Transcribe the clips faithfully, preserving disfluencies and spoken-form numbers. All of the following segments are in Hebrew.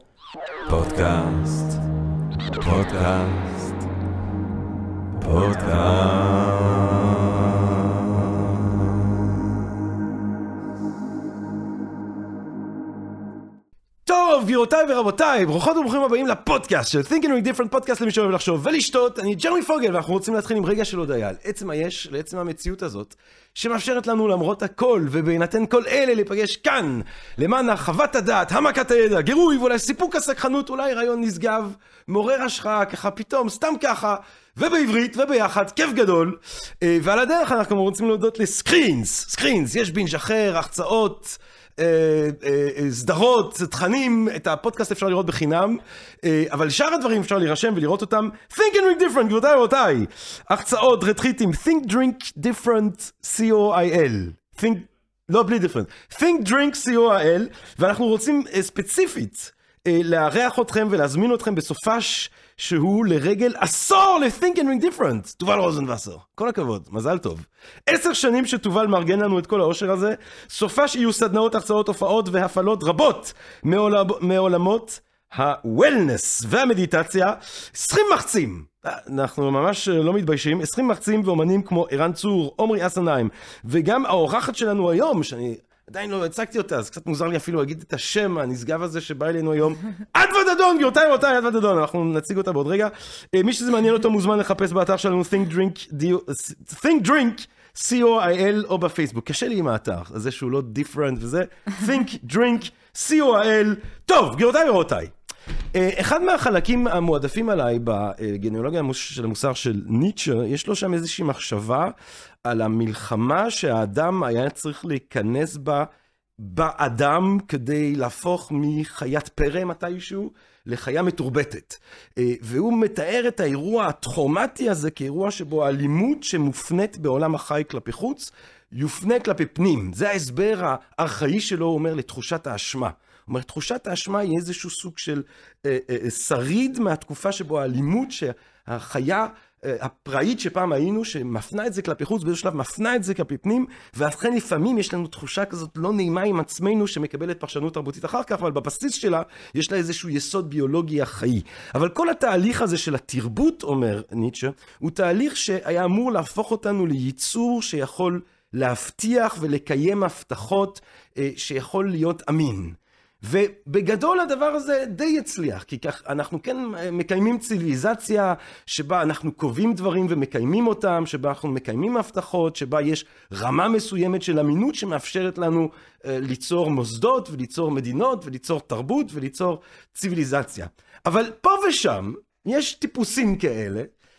פודקאסט, פודקאסט, פודקאסט. טוב, גבירותיי ורבותיי, ברוכות וברוכים הבאים לפודקאסט של Think and Read Different, פודקאסט למי שאוהב לחשוב ולשתות. אני ג'רמי פוגל, ואנחנו רוצים להתחיל עם רגע של הודעה על עצם היש, לעצם המציאות הזאת, שמאפשרת לנו למרות הכל, ובהינתן כל אלה להיפגש כאן, למען החוות הדעת, המקת הידע, גירוי, ואולי סיפוק הסקחנות, אולי רעיון נשגב, מעורר השחאה, ככה פתאום, סתם ככה, ובעברית וביחד, כיף גדול. ועל הדרך אנחנו רוצים להודות לסקרינס, סקרינס, יש בינג' אחר, החצאות, סדרות, תכנים, את הפודקאסט אפשר לראות בחינם, אבל שאר הדברים אפשר להירשם ולראות אותם. Think and Read Different, גבירותיי ורבותיי, הרצאות, רטריטים, Think Drink Different סי או איי אל, Think, לא בלי different, Think Drink סי או איי אל, ואנחנו רוצים ספציפית לארח אתכם ולהזמין אתכם בסופש שהוא לרגל עשור ל-Think and Read Different. תובל רוזנווסר, כל הכבוד, מזל טוב. עשר שנים שתובל מארגן לנו את כל האושר הזה. סופש יהיו סדנאות, הרצאות, הופעות והפעלות רבות מעול... מעולמות ה-Wellness והמדיטציה. עשרים מחצים, אנחנו ממש לא מתביישים, עשרים מחצים ואומנים כמו ערן צור, עומרי אסנהיים, וגם האורחת שלנו היום, שאני עדיין לא הצגתי אותה, אז קצת מוזר לי אפילו להגיד את השם הנשגב הזה שבא אלינו היום. אדוה דדון, גבירותיי ורבותיי, אדוה דדון, אנחנו נציג אותה בעוד רגע. מי שזה מעניין אותו מוזמן לחפש באתר שלנו Think Drink, Think Drink סי או איי אל או בפייסבוק. קשה לי עם האתר, זה שהוא לא different וזה, Think Drink סי או איי אל. טוב, גבירותיי ורבותיי, אחד מהחלקים המועדפים עליי בגניאולוגיה של המוסר של ניטשה, יש לו שם איזושהי מחשבה על המלחמה שהאדם היה צריך להיכנס בה באדם כדי להפוך מחיית פרא מתישהו לחיה מתורבתת. והוא מתאר את האירוע הטראומטי הזה כאירוע שבו האלימות שמופנית בעולם החי כלפי חוץ יופנה כלפי פנים. זה ההסבר הארכאי שלו, הוא אומר, לתחושת האשמה. הוא אומר, תחושת האשמה היא איזשהו סוג של אה, אה, שריד מהתקופה שבו האלימות שהחיה אה, הפראית שפעם היינו, שמפנה את זה כלפי חוץ, באיזשהו שלב מפנה את זה כלפי פנים, ואכן לפעמים יש לנו תחושה כזאת לא נעימה עם עצמנו, שמקבלת פרשנות תרבותית אחר כך, אבל בבסיס שלה יש לה איזשהו יסוד ביולוגי החיים. אבל כל התהליך הזה של התרבות, אומר ניטשה, הוא תהליך שהיה אמור להפוך אותנו לייצור שיכול להבטיח ולקיים הבטחות אה, שיכול להיות אמין. ובגדול הדבר הזה די הצליח, כי כך אנחנו כן מקיימים ציוויליזציה שבה אנחנו קובעים דברים ומקיימים אותם, שבה אנחנו מקיימים הבטחות, שבה יש רמה מסוימת של אמינות שמאפשרת לנו ליצור מוסדות וליצור מדינות וליצור תרבות וליצור ציוויליזציה. אבל פה ושם יש טיפוסים כאלה,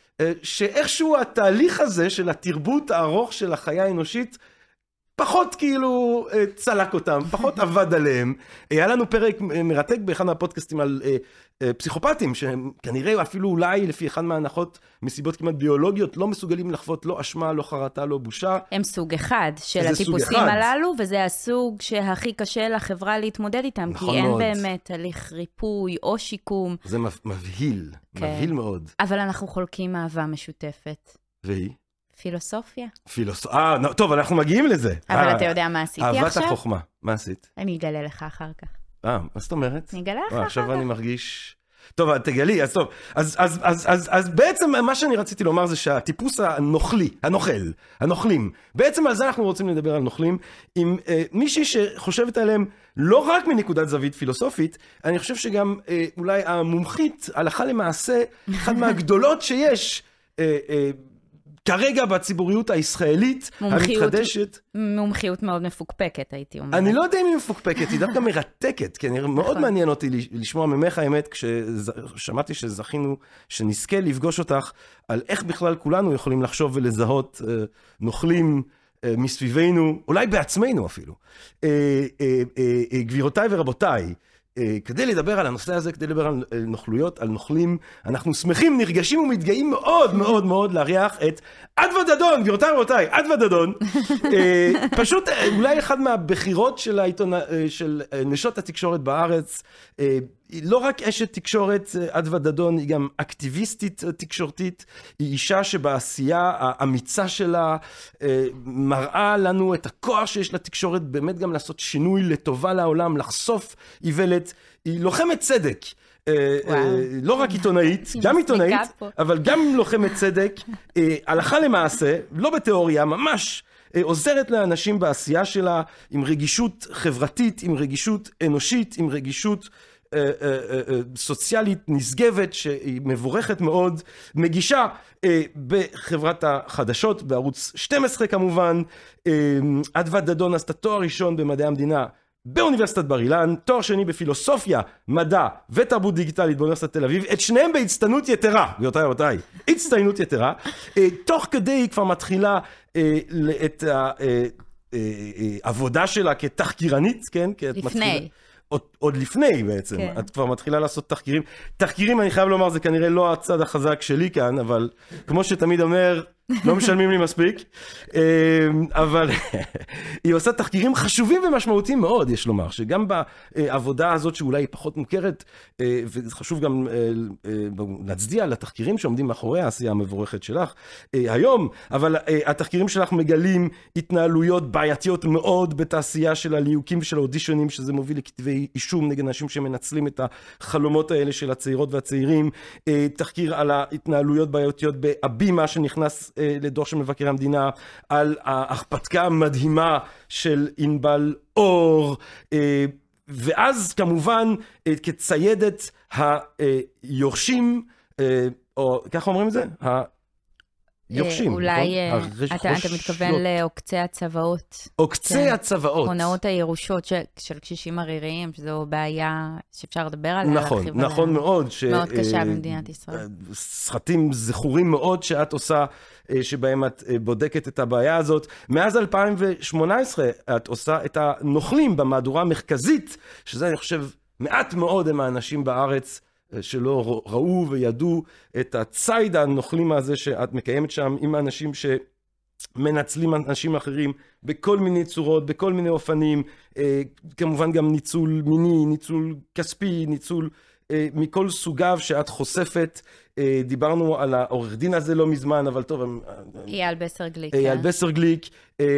שאיכשהו התהליך הזה של התרבות הארוך של החיה האנושית, פחות כאילו צלק אותם, פחות עבד עליהם. היה לנו פרק מרתק באחד מהפודקאסטים על פסיכופטים, שהם כנראה אפילו אולי לפי אחד מההנחות מסיבות כמעט ביולוגיות, לא מסוגלים לחוות לא אשמה, לא חרטה, לא בושה. הם סוג אחד של הטיפוסים הללו, וזה הסוג שהכי קשה לחברה להתמודד איתם, כי אין באמת הליך ריפוי או שיקום. זה מבהיל, מבהיל מאוד. אבל אנחנו חולקים אהבה משותפת. והיא? פילוסופיה. פילוסופיה. אה, טוב, אנחנו מגיעים לזה. אבל אתה יודע מה עשיתי עכשיו? אהבת החוכמה. מה עשית? אני אגלה לך אחר כך. אה, מה זאת אומרת? אני אגלה לך אחר כך. עכשיו אני מרגיש... טוב, תגלי, אז טוב. אז, אז, אז, אז, אז בעצם מה שאני רציתי לומר זה שהטיפוס הנוכלי, הנוכל, הנוכלים, בעצם על זה אנחנו רוצים לדבר על נוכלים, עם אה, מישהי שחושבת עליהם לא רק מנקודת זווית פילוסופית, אני חושב שגם אה, אולי המומחית, הלכה למעשה, אחד מהגדולות שיש, אה, אה, כרגע בציבוריות הישראלית המתחדשת. מומחיות מאוד מפוקפקת, הייתי אומרת. אני לא יודע אם היא מפוקפקת, היא דווקא מרתקת, כי מאוד מעניין אותי לשמוע ממך האמת, כששמעתי שזכינו, שנזכה לפגוש אותך, על איך בכלל כולנו יכולים לחשוב ולזהות נוכלים מסביבנו, אולי בעצמנו אפילו. גבירותיי ורבותיי, כדי לדבר על הנושא הזה, כדי לדבר על נוכלויות, על נוכלים, אנחנו שמחים, נרגשים ומתגאים מאוד מאוד מאוד להריח את אדוה דדון, גבירותיי ורבותיי, אדוה דדון. פשוט אולי אחד מהבחירות של העיתון, של נשות התקשורת בארץ, היא לא רק אשת תקשורת, אדווה דדון, היא גם אקטיביסטית תקשורתית, היא אישה שבעשייה האמיצה שלה מראה לנו את הכוח שיש לתקשורת, באמת גם לעשות שינוי לטובה לעולם, לחשוף איוולת, היא לוחמת צדק. לא רק עיתונאית, גם עיתונאית, אבל גם לוחמת צדק, הלכה למעשה, לא בתיאוריה, ממש עוזרת לאנשים בעשייה שלה, עם רגישות חברתית, עם רגישות אנושית, עם רגישות סוציאלית נשגבת, שהיא מבורכת מאוד, מגישה בחברת החדשות, בערוץ שתים עשרה כמובן. אדווה דדון עשתה תואר ראשון במדעי המדינה באוניברסיטת בר אילן, תואר שני בפילוסופיה, מדע ותרבות דיגיטלית באוניברסיטת תל אביב, את שניהם בהצטיינות יתרה, גבירותיי ורבותיי, הצטיינות יתרה. תוך כדי היא כבר מתחילה את העבודה שלה כתחקירנית, כן? לפני. עוד, עוד לפני בעצם, כן. את כבר מתחילה לעשות תחקירים. תחקירים, אני חייב לומר, זה כנראה לא הצד החזק שלי כאן, אבל כמו שתמיד אומר, לא משלמים לי מספיק, אבל היא עושה תחקירים חשובים ומשמעותיים מאוד, יש לומר, שגם בעבודה הזאת שאולי היא פחות מוכרת, וחשוב גם להצדיע לתחקירים שעומדים מאחורי העשייה המבורכת שלך היום, אבל התחקירים שלך מגלים התנהלויות בעייתיות מאוד בתעשייה של הליהוקים ושל האודישנים, שזה מוביל לכתבי אישום נגד אנשים שמנצלים את החלומות האלה של הצעירות והצעירים, תחקיר על ההתנהלויות בעייתיות בהבימה שנכנס לדוח של מבקר המדינה, על ההכפתקה המדהימה של ענבל אור, ואז כמובן כציידת היורשים, או ככה אומרים את זה? יורשים. אולי אתה מתכוון לעוקצי הצוואות. עוקצי הצוואות. הונאות הירושות של קשישים עריריים, שזו בעיה שאפשר לדבר עליה. נכון, נכון מאוד. מאוד קשה במדינת ישראל. סרטים זכורים מאוד שאת עושה, שבהם את בודקת את הבעיה הזאת. מאז אלפיים ושמונה עשרה את עושה את הנוכלים במהדורה המרכזית, שזה אני חושב מעט מאוד הם האנשים בארץ, שלא ראו וידעו את הצייד הנוכלים הזה שאת מקיימת שם עם האנשים שמנצלים אנשים אחרים בכל מיני צורות, בכל מיני אופנים, כמובן גם ניצול מיני, ניצול כספי, ניצול מכל סוגיו שאת חושפת. דיברנו על העורך דין הזה לא מזמן, אבל טוב. אייל בסרגליק. אייל בסרגליק,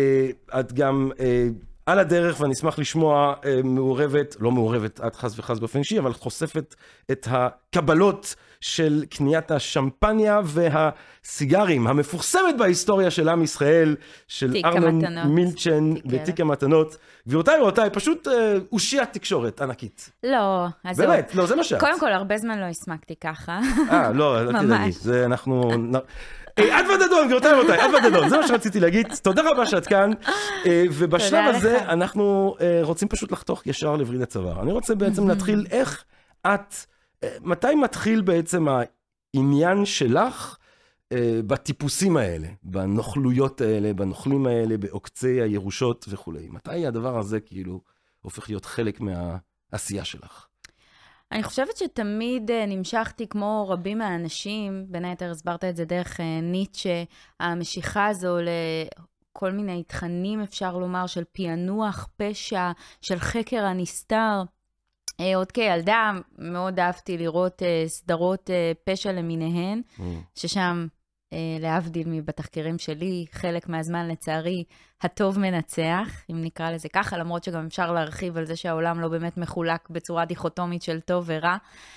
את גם על הדרך, ואני אשמח לשמוע, מעורבת, לא מעורבת עד חס וחס באופן אישי, אבל חושפת את הקבלות של קניית השמפניה והסיגרים, המפורסמת בהיסטוריה של עם ישראל, של ארנון מילצ'ן ותיק המתנות. גבירותיי ורבותיי, פשוט אושיית תקשורת ענקית. לא, אז באמת, לא, זה מה שאת. קודם כל, הרבה זמן לא הסמקתי ככה. אה, לא, לא תדעי. זה אנחנו... אדווה דדון, גבירותיי ורבותיי, אדווה דדון, זה מה שרציתי להגיד. תודה רבה שאת כאן. ובשלב הזה אנחנו רוצים פשוט לחתוך ישר לווריד הצוואר. אני רוצה בעצם להתחיל איך את, מתי מתחיל בעצם העניין שלך בטיפוסים האלה, בנוכלויות האלה, בנוכלים האלה, בעוקצי הירושות וכו'. מתי הדבר הזה כאילו הופך להיות חלק מהעשייה שלך? אני חושבת שתמיד נמשכתי כמו רבים מהאנשים, בין היתר הסברת את זה דרך ניטשה, המשיכה הזו לכל מיני תכנים אפשר לומר של פענוח פשע, של חקר הנסתר. עוד כילדה מאוד אהבתי לראות סדרות פשע למיניהן, mm. ששם להבדיל מבתחקירים שלי, חלק מהזמן לצערי הטוב מנצח, אם נקרא לזה ככה, למרות שגם אפשר להרחיב על זה שהעולם לא באמת מחולק בצורה דיכוטומית של טוב ורע.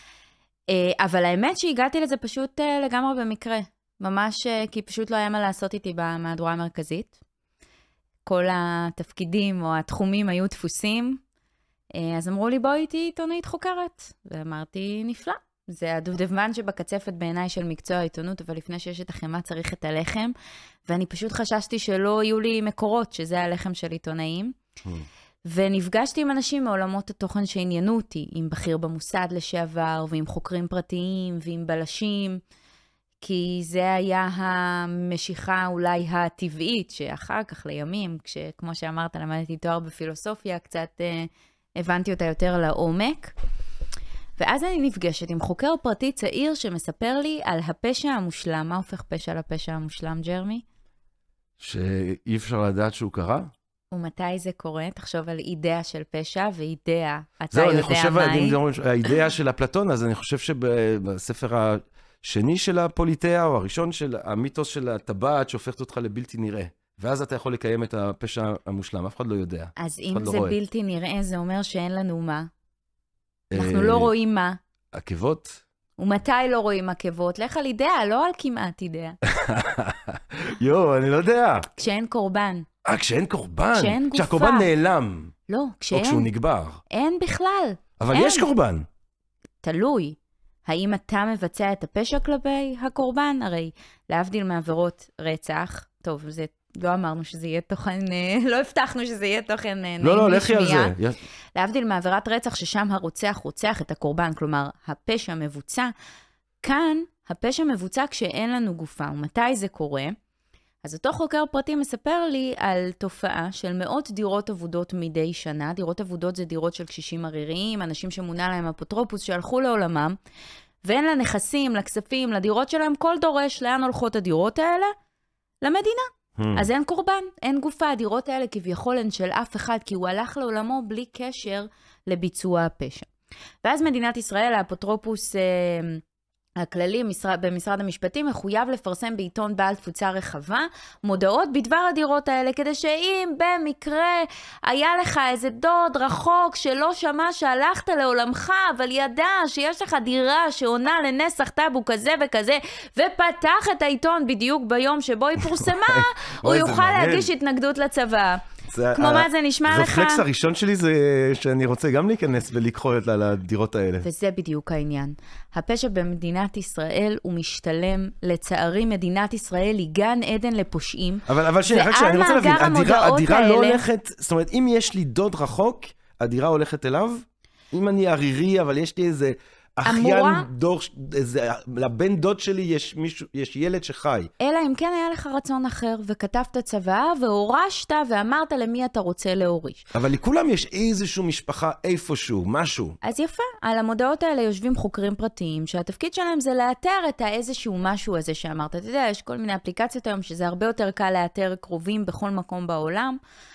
אבל האמת שהגעתי לזה פשוט לגמרי במקרה, ממש כי פשוט לא היה מה לעשות איתי במהדורה המרכזית. כל התפקידים או התחומים היו דפוסים, אז אמרו לי בואי איתי עיתונאית חוקרת, ואמרתי נפלא. זה הדובדבן שבקצפת בעיניי של מקצוע העיתונות, אבל לפני שיש את החמה צריך את הלחם, ואני פשוט חששתי שלא יהיו לי מקורות, שזה הלחם של עיתונאים. Mm. ונפגשתי עם אנשים מעולמות התוכן שעניינו אותי, עם בכיר במוסד לשעבר, ועם חוקרים פרטיים, ועם בלשים, כי זה היה המשיכה אולי הטבעית, שאחר כך לימים, כשכמו שאמרת, למדתי תואר בפילוסופיה, קצת אה, הבנתי אותה יותר לעומק. ואז אני נפגשת עם חוקר פרטי צעיר שמספר לי על הפשע המושלם. מה הופך פשע לפשע המושלם, ג'רמי? שאי אפשר לדעת שהוא קרה? ומתי זה קורה? תחשוב על אידאה של פשע, ואידאה, אתה זהו, יודע אני חושב, מה היא? האידאה של אפלטון, אז אני חושב שבספר השני של הפוליטאה, או הראשון של המיתוס של הטבעת, שהופכת אותך לבלתי נראה. ואז אתה יכול לקיים את הפשע המושלם, אף אחד לא יודע. אז אם זה בלתי נראה, זה אומר שאין לנו מה. אנחנו לא רואים מה. עקבות? ומתי לא רואים עקבות? לך על אידאה, לא על כמעט אידאה. יו, אני לא יודע. כשאין קורבן. אה, כשאין קורבן? כשאין גופה. כשהקורבן נעלם. לא, כשאין. או כשהוא נגבר. אין בכלל. אבל אין. יש קורבן. תלוי. האם אתה מבצע את הפשע כלפי הקורבן? הרי להבדיל מעבירות רצח, טוב, זה לא אמרנו שזה יהיה תוכן, לא הבטחנו שזה יהיה תוכן נעים לא, לא, לכי על לשמיעה. זה. להבדיל מעבירת רצח ששם הרוצח רוצח את הקורבן, כלומר, הפשע מבוצע. כאן, הפשע מבוצע כשאין לנו גופה. ומתי זה קורה? אז אותו חוקר פרטי מספר לי על תופעה של מאות דירות עבודות מדי שנה. דירות עבודות זה דירות של קשישים עריריים, אנשים שמונה להם אפוטרופוס שהלכו לעולמם, ואין לה נכסים, לכספים, לדירות שלהם, כל דורש לאן הולכות הדירות האלה? למדינה. Hmm. אז אין קורבן, אין גופה. הדירות האלה כביכול הן של אף אחד, כי הוא הלך לעולמו בלי קשר לביצוע הפשע. ואז מדינת ישראל, האפוטרופוס אה, הכללי משרד, במשרד המשפטים, מחויב לפרסם בעיתון בעל תפוצה רחבה, מודעות בדבר הדירות האלה, כדי שאם במקרה היה לך איזה דוד רחוק שלא שמע שהלכת לעולמך, אבל ידע שיש לך דירה שעונה לנסח טאבו כזה וכזה, ופתח את העיתון בדיוק ביום שבו היא פורסמה, הוא יוכל להגיש התנגדות לצבא. כמו מה זה נשמע לך? רפלקס הראשון שלי זה שאני רוצה גם להיכנס ולקחול על הדירות האלה. וזה בדיוק העניין. הפשע במדינת ישראל הוא משתלם. לצערי, מדינת ישראל היא גן עדן לפושעים. אבל, אבל שנייה, רק שאני רוצה להבין, הדירה, הדירה לא הולכת, זאת אומרת, אם יש לי דוד רחוק, הדירה הולכת אליו? אם אני ערירי, אבל יש לי איזה אחיין דור, איזה, לבן דוד שלי יש מישהו, יש ילד שחי. אלא אם כן היה לך רצון אחר, וכתבת צוואה, והורשת, ואמרת למי אתה רוצה להוריש. אבל לכולם יש איזשהו משפחה איפשהו, משהו. אז יפה, על המודעות האלה יושבים חוקרים פרטיים, שהתפקיד שלהם זה לאתר את האיזשהו משהו הזה שאמרת. אתה יודע, יש כל מיני אפליקציות היום, שזה הרבה יותר קל לאתר קרובים בכל מקום בעולם,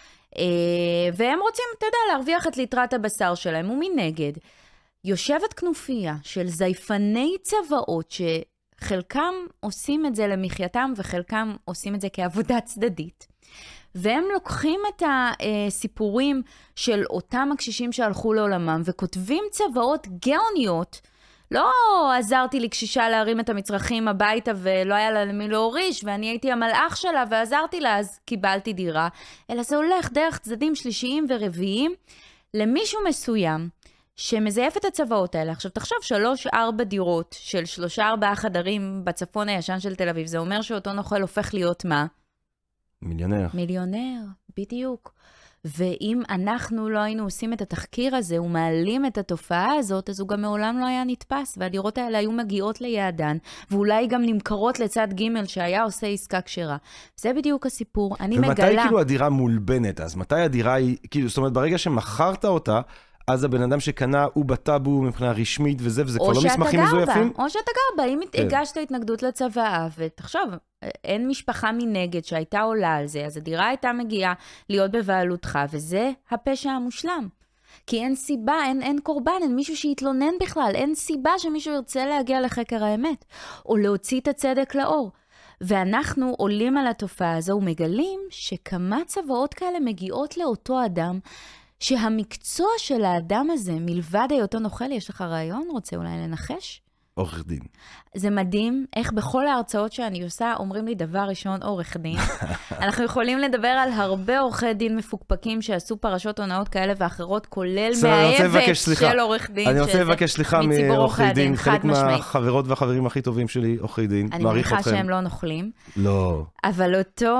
והם רוצים, אתה יודע, להרוויח את ליטרת הבשר שלהם, ומנגד, יושבת כנופיה של זייפני צבאות, שחלקם עושים את זה למחייתם, וחלקם עושים את זה כעבודה צדדית. והם לוקחים את הסיפורים של אותם הקשישים שהלכו לעולמם, וכותבים צבאות גאוניות. לא עזרתי לקשישה להרים את המצרכים הביתה, ולא היה לה למי להוריש, ואני הייתי המלאך שלה, ועזרתי לה, אז קיבלתי דירה. אלא זה הולך דרך צדדים שלישיים ורביעיים, למישהו מסוים, שמזייף את הצבאות האלה. עכשיו, תחשוב, שלוש, ארבע דירות של שלושה, ארבעה חדרים בצפון הישן של תל אביב. זה אומר שאותו נוכל הופך להיות מה? מיליונר. מיליונר, בדיוק. ואם אנחנו לא היינו עושים את התחקיר הזה ומעלים את התופעה הזאת, אז הוא גם מעולם לא היה נתפס, והדירות האלה היו מגיעות ליעדן, ואולי גם נמכרות לצד ג' שהיה עושה עסקה כשרה. זה בדיוק הסיפור. אני ומתי מגלה... ומתי כאילו הדירה מולבנת? אז מתי הדירה היא, כאילו, זאת אומרת, ברגע שמכרת אותה, אז הבן אדם שקנה הוא בטאבו מבחינה רשמית וזה, וזה כבר לא מסמכים מזויפים? או שאתה גר בה, אם הגשת התנגדות לצוואה, ותחשוב, אין משפחה מנגד שהייתה עולה על זה, אז הדירה הייתה מגיעה להיות בבעלותך, וזה הפשע המושלם. כי אין סיבה, אין, אין קורבן, אין מישהו שיתלונן בכלל, אין סיבה שמישהו ירצה להגיע לחקר האמת, או להוציא את הצדק לאור. ואנחנו עולים על התופעה הזו ומגלים שכמה צוואות כאלה מגיעות לאותו אדם, שהמקצוע של האדם הזה, מלבד היותו נוכל, יש לך רעיון? רוצה אולי לנחש? עורך דין. זה מדהים, איך בכל ההרצאות שאני עושה, אומרים לי דבר ראשון, עורך דין. אנחנו יכולים לדבר על הרבה עורכי דין מפוקפקים, שעשו פרשות הונאות כאלה ואחרות, כולל מהאבק של עורך דין. אני רוצה לבקש סליחה מעורכי דין, חלק מהחברות והחברים הכי טובים שלי, עורכי דין, אני מניחה שהם לא נוכלים. לא. אבל אותו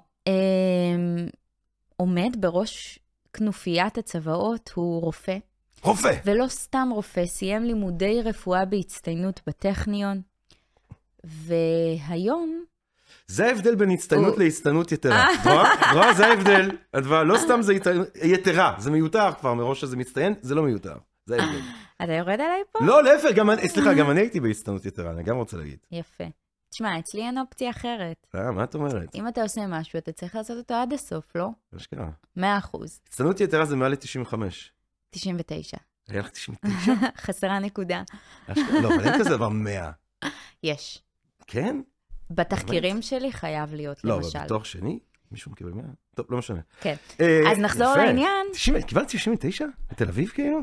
עומד בראש כנופיית הצבאות הוא רופא. רופא. ולא סתם רופא, סיים לימודי רפואה בהצטיינות בטכניון, והיום... זה ההבדל בין הצטיינות להצטיינות יתרה. רואה? זה ההבדל. לא סתם זה יתרה, זה מיותר כבר מראש שזה מצטיין, זה לא מיותר. זה ההבדל. אתה יורד עליי פה? לא, להפך, סליחה, גם אני הייתי בהצטיינות יתרה, אני גם רוצה להגיד. יפה. תשמע, אצלי אין אופציה אחרת. אה, מה את אומרת? אם אתה עושה משהו, אתה צריך לעשות אותו עד הסוף, לא? מה שקרה? מאה אחוז. הצטיינות יתרה זה מעל ל-תשעים וחמש. תשעים ותשע. היה לך תשעים ותשע? חסרה נקודה. לא, אבל אין כזה דבר מאה. יש. כן? בתחקירים שלי חייב להיות, למשל. לא, אבל בתואר שני? מישהו מקבל מאה? טוב, לא משנה. כן. אז נחזור לעניין. קיבלת תשעים ותשע? בתל אביב כאילו?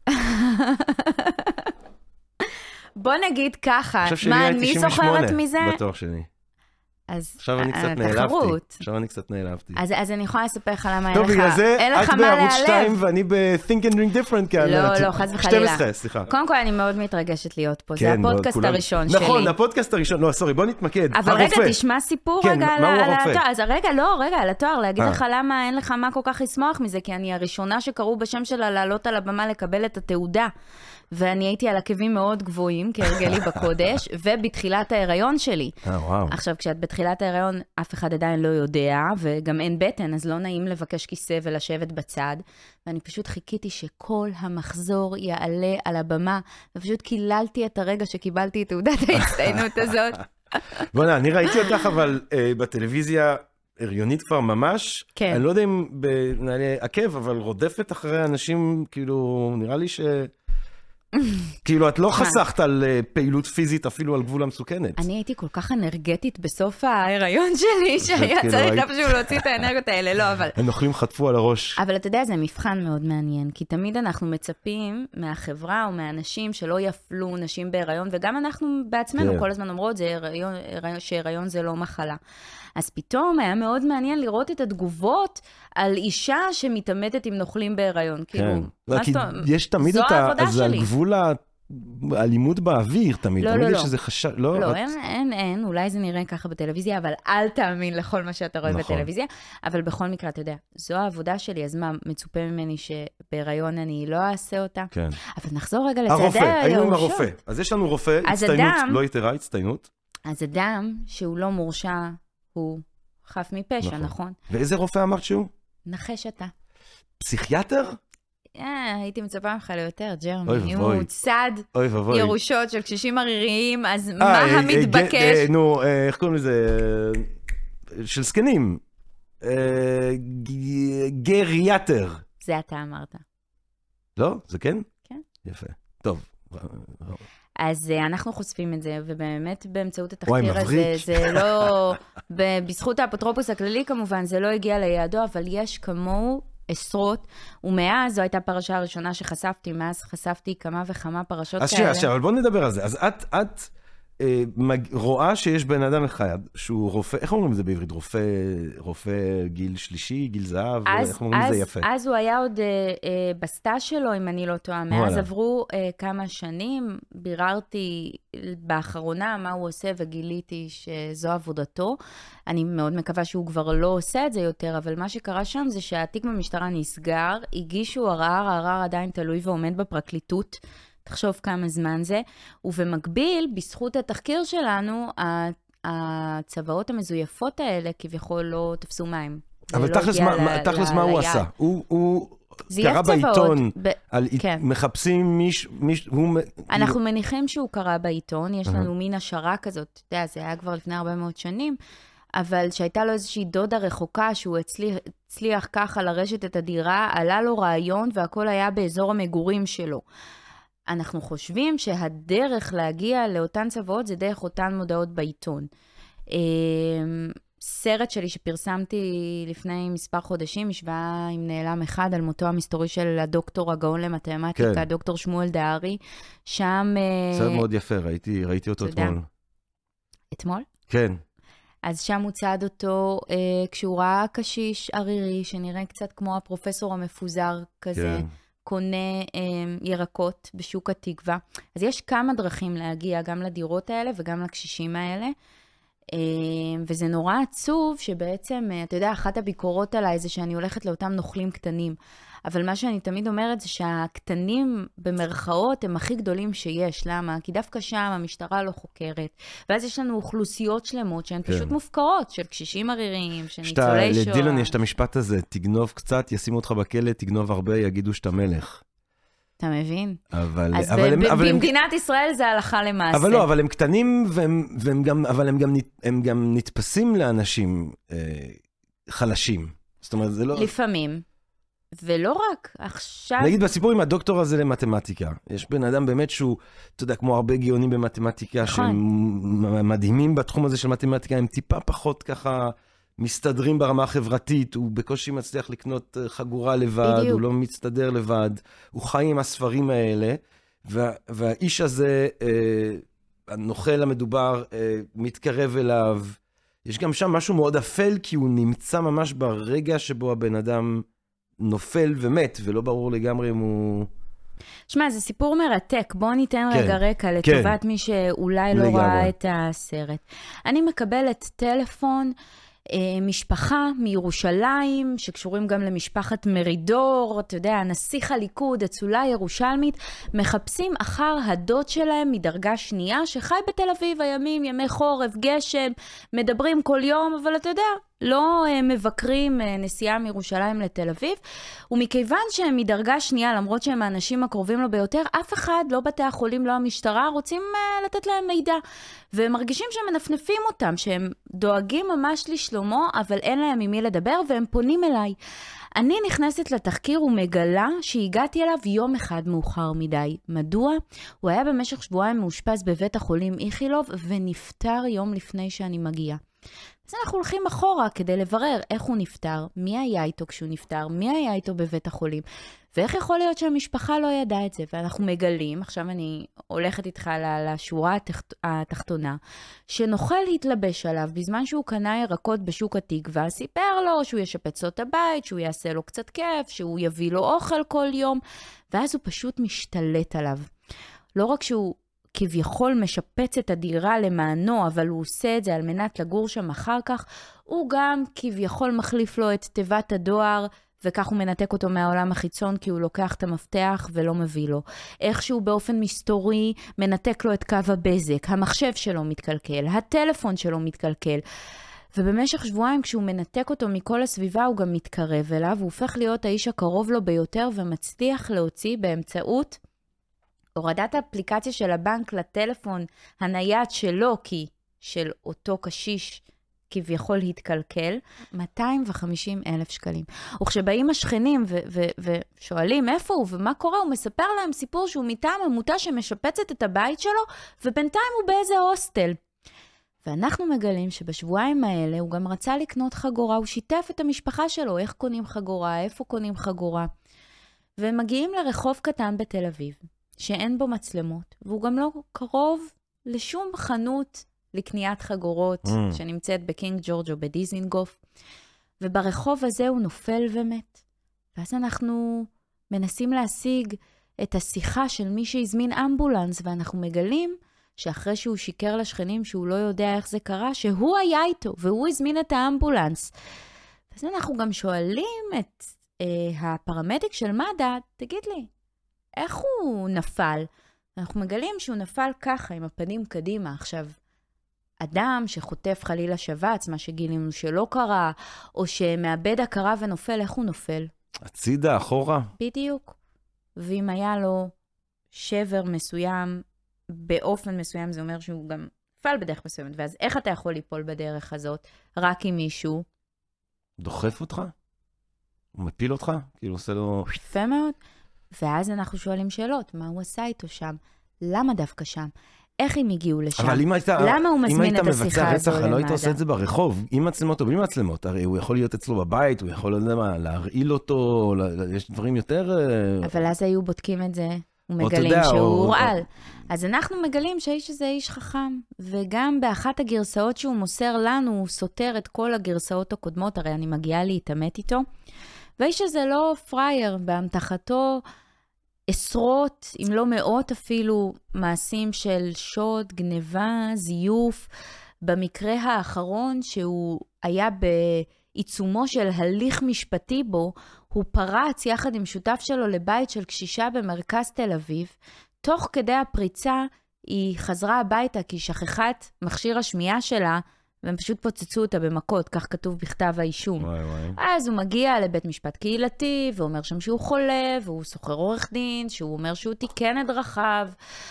בוא נגיד ככה, מה אני זוכרת מזה? בתואר שני. אז עכשיו אני קצת נעלבתי. עכשיו אני קצת נעלבתי. אז אני יכולה לספר לך למה טוב, בגלל זה את בערוץ שתיים ואני ב-Think and Drink Different כאן. לא, לא, חס וחלילה. שתים עשרה, סליחה. קודם כל אני מאוד מתרגשת להיות פה, זה הפודקאסט הראשון שלי. נכון, הפודקאסט הראשון, לא, סורי, בוא נתמקד. אבל רגע, תשמע סיפור רגע על התואר. אז רגע, לא, רגע, על התואר, להגיד לך למה אין לך מה כל כך לשמוח מזה, כי אני הראשונה שקראו בשם שלה לעלות על הבמה לקבל את התעודה. ואני הייתי על עקבים מאוד גבוהים, כהרגלי בקודש, ובתחילת ההיריון שלי. אה, וואו. עכשיו, כשאת בתחילת ההיריון, אף אחד עדיין לא יודע, וגם אין בטן, אז לא נעים לבקש כיסא ולשבת בצד. ואני פשוט חיכיתי שכל המחזור יעלה על הבמה, ופשוט קיללתי את הרגע שקיבלתי את תעודת ההצטיינות הזאת. בוא'נה, אני ראיתי אותך, אבל בטלוויזיה הריונית כבר ממש. כן. אני לא יודע אם בנעלי עקב, אבל רודפת אחרי אנשים, כאילו, נראה לי ש... כאילו, את לא חסכת על פעילות פיזית, אפילו על גבול המסוכנת. אני הייתי כל כך אנרגטית בסוף ההיריון שלי, שהיה צריך אפילו להוציא את האנרגיות האלה, לא, אבל... הנוכלים חטפו על הראש. אבל אתה יודע, זה מבחן מאוד מעניין, כי תמיד אנחנו מצפים מהחברה או מהאנשים שלא יפלו נשים בהיריון, וגם אנחנו בעצמנו כל הזמן אומרות שהיריון זה לא מחלה. אז פתאום היה מאוד מעניין לראות את התגובות על אישה שמתעמתת עם נוכלים בהיריון. כן. יש תמיד את זה על גבול האלימות באוויר תמיד. לא, לא, לא. שזה חשש... לא, לא, אין, אין, אין. אולי זה נראה ככה בטלוויזיה, אבל אל תאמין לכל מה שאתה רואה בטלוויזיה. אבל בכל מקרה, אתה יודע, זו העבודה שלי, אז מה, מצופה ממני שבהיריון אני לא אעשה אותה? כן. אבל נחזור רגע לצעדי הרופא, הירושות. היינו עם הרופא. אז יש לנו רופא, הצטיינות, לא יתרה, הצטיינות. אז אדם שהוא לא מורשע, הוא חף מפשע, נכון? נכון? ואיזה רופא אמרת שהוא? נחש אתה. פסיכיאטר? אה, הייתי מצפה לך ליותר, ג'רמי. אוי אם ובוי. הוא צד ירושות של קשישים עריריים, אז אה, מה אה, המתבקש? אה, אה, נו, אה, איך קוראים לזה? אה, של סקנים. אה, ג- גריאטר. זה אתה אמרת. לא? זה כן? כן. יפה. טוב. אז uh, אנחנו חושפים את זה, ובאמת באמצעות וואי, התחקיר הזה, מבריק. זה לא, ב- בזכות האפוטרופוס הכללי כמובן, זה לא הגיע ליעדו, אבל יש כמוהו עשרות, ומאז זו הייתה פרשה הראשונה שחשפתי, מאז חשפתי כמה וכמה פרשות אז כאלה. שנייה, שנייה, אבל בוא נדבר על זה. אז את, את אה, מג... רואה שיש בן אדם אחד, שהוא רופא, איך אומרים את זה בעברית? רופא, רופא גיל שלישי, גיל זהב, אז, איך אומרים את זה יפה? אז הוא היה עוד אה, אה, בסטאז' שלו, אם אני לא טועה. מאז וואלה. עברו אה, כמה שנים, ביררתי באחרונה מה הוא עושה, וגיליתי שזו עבודתו. אני מאוד מקווה שהוא כבר לא עושה את זה יותר, אבל מה שקרה שם זה שהתיק במשטרה נסגר, הגישו ערר, הערר עדיין תלוי ועומד בפרקליטות, תחשוב כמה זמן זה, ובמקביל, בזכות התחקיר שלנו, הצבאות המזויפות האלה כביכול לא תפסו מים. אבל תכלס מה, תכלס מה הוא עשה? הוא, הוא קרא בעיתון, על מחפשים מישהו, אנחנו מניחים שהוא קרא בעיתון, יש לנו מין השערה כזאת, אתה יודע, זה היה כבר לפני הרבה מאוד שנים, אבל שהייתה לו איזושהי דודה רחוקה, שהוא הצליח, הצליח ככה לרשת את הדירה, עלה לו רעיון והכל היה באזור המגורים שלו. אנחנו חושבים שהדרך להגיע לאותן צבאות זה דרך אותן מודעות בעיתון. סרט שלי שפרסמתי לפני מספר חודשים, משוואה עם נעלם אחד על מותו המסתורי של הדוקטור הגאון למתמטיקה, כן. דוקטור שמואל דהרי, שם... סרט מאוד יפה, ראיתי, ראיתי אותו אתמול. אתמול? כן. אז שם הוא צעד אותו אה, כשהוא ראה קשיש ערירי, שנראה קצת כמו הפרופסור המפוזר כזה, כן. קונה אה, ירקות בשוק התקווה. אז יש כמה דרכים להגיע גם לדירות האלה וגם לקשישים האלה. אה, וזה נורא עצוב שבעצם, אה, אתה יודע, אחת הביקורות עליי זה שאני הולכת לאותם נוכלים קטנים. אבל מה שאני תמיד אומרת זה שהקטנים במרכאות הם הכי גדולים שיש. למה? כי דווקא שם המשטרה לא חוקרת. ואז יש לנו אוכלוסיות שלמות שהן פשוט מופקרות, של קשישים עריריים, של ניצולי שואה. לדילן יש את המשפט הזה, תגנוב קצת, ישימו אותך בכלא, תגנוב הרבה, יגידו שאתה מלך. אתה מבין? אבל... אז אבל ב- הם, ב- אבל במדינת הם... ישראל זה הלכה למעשה. אבל לא, אבל הם קטנים, והם, והם גם, אבל הם גם, הם גם נתפסים לאנשים אה, חלשים. זאת אומרת, זה לא... לפעמים. ולא רק, עכשיו... נגיד בסיפור עם הדוקטור הזה למתמטיקה, יש בן אדם באמת שהוא, אתה יודע, כמו הרבה גאונים במתמטיקה, נכון. שהם מדהימים בתחום הזה של מתמטיקה, הם טיפה פחות ככה מסתדרים ברמה החברתית, הוא בקושי מצליח לקנות חגורה לבד, בדיוק. הוא לא מצטדר לבד, הוא חי עם הספרים האלה, וה, והאיש הזה, אה, הנוכל המדובר, אה, מתקרב אליו, יש גם שם משהו מאוד אפל, כי הוא נמצא ממש ברגע שבו הבן אדם... נופל ומת, ולא ברור לגמרי אם הוא... שמע, זה סיפור מרתק. בואו ניתן כן, רגע רקע כן. לטובת מי שאולי לא לגמרי. ראה את הסרט. אני מקבלת טלפון, אה, משפחה מירושלים, שקשורים גם למשפחת מרידור, אתה יודע, הנסיך הליכוד, אצולה ירושלמית, מחפשים אחר הדוד שלהם מדרגה שנייה, שחי בתל אביב, הימים, ימי חורף, גשם, מדברים כל יום, אבל אתה יודע, לא uh, מבקרים uh, נסיעה מירושלים לתל אביב, ומכיוון שהם מדרגה שנייה, למרות שהם האנשים הקרובים לו ביותר, אף אחד, לא בתי החולים, לא המשטרה, רוצים uh, לתת להם מידע. והם מרגישים שהם מנפנפים אותם, שהם דואגים ממש לשלומו, אבל אין להם עם מי לדבר, והם פונים אליי. אני נכנסת לתחקיר ומגלה שהגעתי אליו יום אחד מאוחר מדי. מדוע? הוא היה במשך שבועיים מאושפז בבית החולים איכילוב, ונפטר יום לפני שאני מגיעה. אז אנחנו הולכים אחורה כדי לברר איך הוא נפטר, מי היה איתו כשהוא נפטר, מי היה איתו בבית החולים, ואיך יכול להיות שהמשפחה לא ידעה את זה. ואנחנו מגלים, עכשיו אני הולכת איתך לשורה התחת, התחתונה, שנוכל להתלבש עליו בזמן שהוא קנה ירקות בשוק התקווה, סיפר לו שהוא ישפץ לו את הבית, שהוא יעשה לו קצת כיף, שהוא יביא לו אוכל כל יום, ואז הוא פשוט משתלט עליו. לא רק שהוא כביכול משפץ את הדירה למענו, אבל הוא עושה את זה על מנת לגור שם אחר כך, הוא גם כביכול מחליף לו את תיבת הדואר, וכך הוא מנתק אותו מהעולם החיצון, כי הוא לוקח את המפתח ולא מביא לו. איכשהו באופן מסתורי מנתק לו את קו הבזק, המחשב שלו מתקלקל, הטלפון שלו מתקלקל, ובמשך שבועיים כשהוא מנתק אותו מכל הסביבה, הוא גם מתקרב אליו, הוא הופך להיות האיש הקרוב לו ביותר, ומצליח להוציא באמצעות הורדת האפליקציה של הבנק לטלפון הנייד שלו, כי של אותו קשיש כביכול התקלקל, מאתיים וחמישים אלף שקלים. וכשבאים השכנים ו- ו- ושואלים איפה הוא ומה קורה, הוא מספר להם סיפור שהוא מטעם עמותה שמשפצת את הבית שלו, ובינתיים הוא באיזה הוסטל. ואנחנו מגלים שבשבועיים האלה הוא גם רצה לקנות חגורה, הוא שיתף את המשפחה שלו, איך קונים חגורה, איפה קונים חגורה. והם מגיעים לרחוב קטן בתל אביב, שאין בו מצלמות, והוא גם לא קרוב לשום חנות לקניית חגורות, mm. שנמצאת בקינג ג'ורג' או בדיזינגוף, וברחוב הזה הוא נופל ומת. ואז אנחנו מנסים להשיג את השיחה של מי שהזמין אמבולנס, ואנחנו מגלים שאחרי שהוא שיקר לשכנים שהוא לא יודע איך זה קרה, שהוא היה איתו, והוא הזמין את האמבולנס. אז אנחנו גם שואלים את אה, הפרמדיק של מד"א, תגיד לי, איך הוא נפל? אנחנו מגלים שהוא נפל ככה, עם הפנים קדימה. עכשיו, אדם שחוטף חלילה שבץ, מה שגילינו שלא קרה, או שמאבד הכרה ונופל, איך הוא נופל? הצידה, אחורה. בדיוק. ואם היה לו שבר מסוים, באופן מסוים, זה אומר שהוא גם נפל בדרך מסוימת. ואז איך אתה יכול ליפול בדרך הזאת? רק עם מישהו. דוחף אותך? הוא מפיל אותך? כאילו עושה לו... יפה מאוד. ואז אנחנו שואלים שאלות, מה הוא עשה איתו שם? למה דווקא שם? איך הם הגיעו לשם? אבל אם היית, למה הוא מזמין את השיחה הזו אם היית מבצע רצח, למד"א? לא היית עושה את זה ברחוב, עם מצלמות או בלי מצלמות. הרי הוא יכול להיות אצלו בבית, הוא יכול מה, להרעיל אותו, יש דברים יותר... אבל אז היו בודקים את זה, ומגלים שהוא הורעל. אז אנחנו מגלים שהאיש הזה איש חכם, וגם באחת הגרסאות שהוא מוסר לנו, הוא סותר את כל הגרסאות הקודמות, הרי אני מגיעה להתאמת איתו, והאיש הזה לא פרייר, בהמתחתו עשרות, אם לא מאות אפילו, מעשים של שוד, גניבה, זיוף. במקרה האחרון שהוא היה בעיצומו של הליך משפטי בו, הוא פרץ יחד עם שותף שלו לבית של קשישה במרכז תל אביב. תוך כדי הפריצה היא חזרה הביתה כי שכחת מכשיר השמיעה שלה, והם פשוט פוצצו אותה במכות, כך כתוב בכתב האישום. וואי וואי. אז הוא מגיע לבית משפט קהילתי, ואומר שם שהוא חולה, והוא סוחר עורך דין, שהוא אומר שהוא תיקן את דרכיו.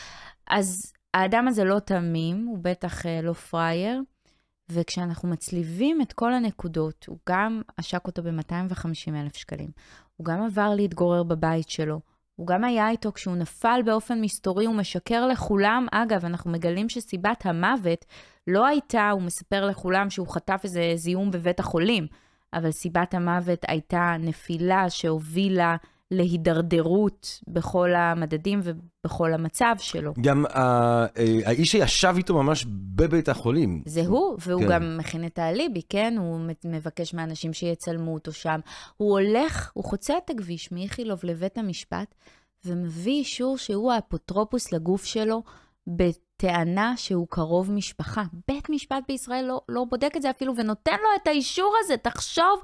אז האדם הזה לא תמים, הוא בטח אה, לא פרייר, וכשאנחנו מצליבים את כל הנקודות, הוא גם עשק אותו ב-מאתיים וחמישים אלף שקלים. הוא גם עבר להתגורר בבית שלו. הוא גם היה איתו כשהוא נפל באופן מסתורי, הוא משקר לכולם. אגב, אנחנו מגלים שסיבת המוות לא הייתה, הוא מספר לכולם שהוא חטף איזה זיהום בבית החולים, אבל סיבת המוות הייתה נפילה שהובילה להידרדרות בכל המדדים ובכל המצב שלו. גם האיש שישב איתו ממש בבית החולים. זה הוא, והוא גם מכין את האליבי, כן? הוא מבקש מאנשים שיצלמו אותו שם. הוא הולך, הוא חוצה את הכביש מאיכילוב לבית המשפט, ומביא אישור שהוא האפוטרופוס לגוף שלו, בטענה שהוא קרוב משפחה. בית משפט בישראל לא, לא בודק את זה אפילו, ונותן לו את האישור הזה. תחשוב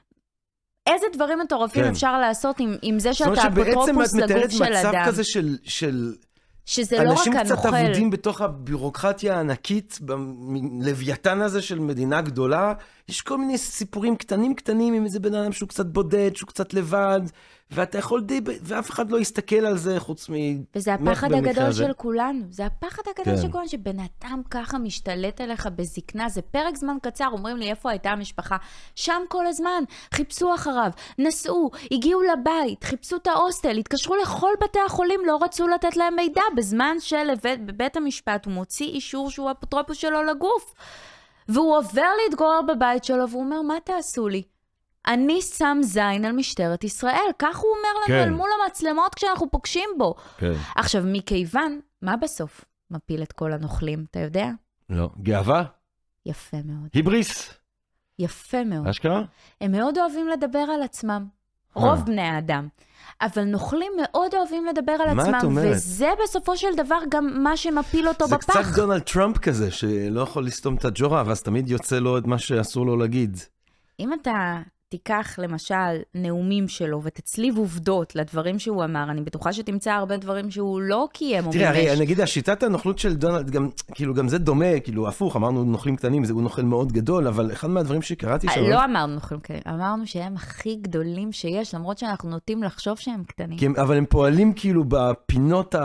איזה דברים מטורפים כן. אפשר לעשות עם, עם זה שאתה אפוטרופוס לגוף של אדם. זאת אומרת שבעצם את מתארת מצב כזה של, של שזה לא רק הנוכל. אנשים קצת עבודים בתוך הבירוקרטיה הענקית, בלוויתן הזה של מדינה גדולה. יש כל מיני סיפורים קטנים קטנים, עם איזה בן אדם שהוא קצת בודד, שהוא קצת לבד, ואתה יכול די, ואף אחד לא יסתכל על זה חוץ מ... וזה הפחד הגדול של כולנו. זה הפחד הגדול של כולנו, שבן אדם ככה משתלט עליך בזקנה. זה פרק זמן קצר, אומרים לי איפה הייתה המשפחה. שם כל הזמן, חיפשו אחריו, נסעו, הגיעו לבית, חיפשו את ההוסטל, התקשרו לכל בתי החולים, לא רצו לתת להם מידע, בזמן שבבית המשפט הוא מוציא אישור שהוא אפוטרופוס שלו לגוף. והוא עובר להתגורר בבית שלו, והוא אומר, מה תעשו לי? אני שם זין על משטרת ישראל. כך הוא אומר לנו כן. על מול המצלמות כשאנחנו פוגשים בו. כן. עכשיו, מכיוון, מה בסוף מפיל את כל הנוכלים? אתה יודע? לא. גאווה? יפה מאוד. היבריס? יפה מאוד. אשכרה? הם מאוד אוהבים לדבר על עצמם. רוב בני האדם. אבל נוכלים מאוד אוהבים לדבר על עצמם. מה את אומרת? וזה בסופו של דבר גם מה שמפיל אותו זה בפח. זה קצת דונלד טראמפ כזה, שלא יכול לסתום את הג'ורה, ואז תמיד יוצא לו את מה שאסור לו להגיד. אם אתה תיקח למשל נאומים שלו ותצליב עובדות לדברים שהוא אמר, אני בטוחה שתמצא הרבה דברים שהוא לא קיים או ממש. תראה, הרי אני אגיד, השיטת הנוכלות של דונלד, גם, כאילו, גם זה דומה, כאילו, הפוך, אמרנו נוכלים קטנים, זה הוא נוכל מאוד גדול, אבל אחד מהדברים שקראתי שם... לא אמרנו נוכלים קטנים, אמרנו שהם הכי גדולים שיש, למרות שאנחנו נוטים לחשוב שהם קטנים. כי הם, אבל הם פועלים כאילו בפינות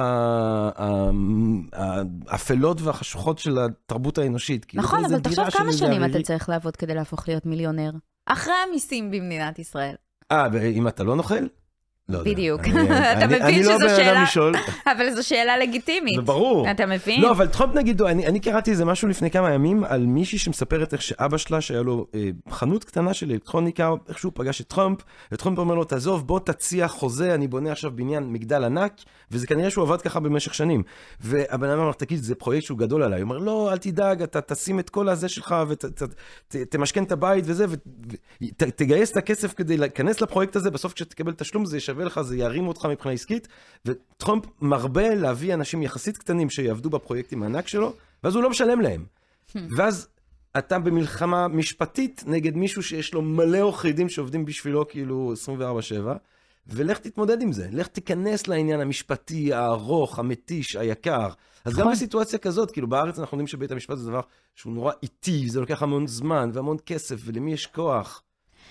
האפלות והחשוכות של התרבות האנושית. נכון, אבל תחשוב כמה שנים אתה צריך לעבוד כדי להפוך להיות מיליונר. אחרי המיסים במדינת ישראל. אה, ואם אתה לא נוכל? לא בדיוק. אתה מבין שזו שאלה, אבל זו שאלה לגיטימית. זה ברור. אתה מבין? לא, אבל טראמפ נגיד, אני קראתי איזה משהו לפני כמה ימים, על מישהי שמספרת איך שאבא שלה, שהיה לו חנות קטנה של אלקטרוניקה, איך שהוא פגש את טראמפ, וטראמפ אומר לו, תעזוב, בוא תציע חוזה, אני בונה עכשיו בניין מגדל ענק, וזה כנראה שהוא עבד ככה במשך שנים. והבן אדם אמר, תגיד, זה פרויקט שהוא גדול עליי. הוא אומר, לא, אל תדאג, אתה תשים את כל הזה שלך, ותמשכן את הבית וזה, ותגייס את הכסף כדי להיכנס לפרויקט הזה, בסוף כשתקבל תשלום, זה ישווה לך, זה ירים אותך מבחינה עסקית, וטראמפ מרבה להביא אנשים יחסית קטנים שיעבדו בפרויקטים הענק שלו, ואז הוא לא משלם להם. ואז אתה במלחמה משפטית נגד מישהו שיש לו מלא עורכי דין שעובדים בשבילו כאילו עשרים וארבע שבע, ולך תתמודד עם זה, לך תיכנס לעניין המשפטי, הארוך, המתיש, היקר. אז גם בסיטואציה כזאת, כאילו בארץ אנחנו יודעים שבית המשפט זה דבר שהוא נורא איטי, זה לוקח המון זמן והמון כסף, ולמי יש כוח.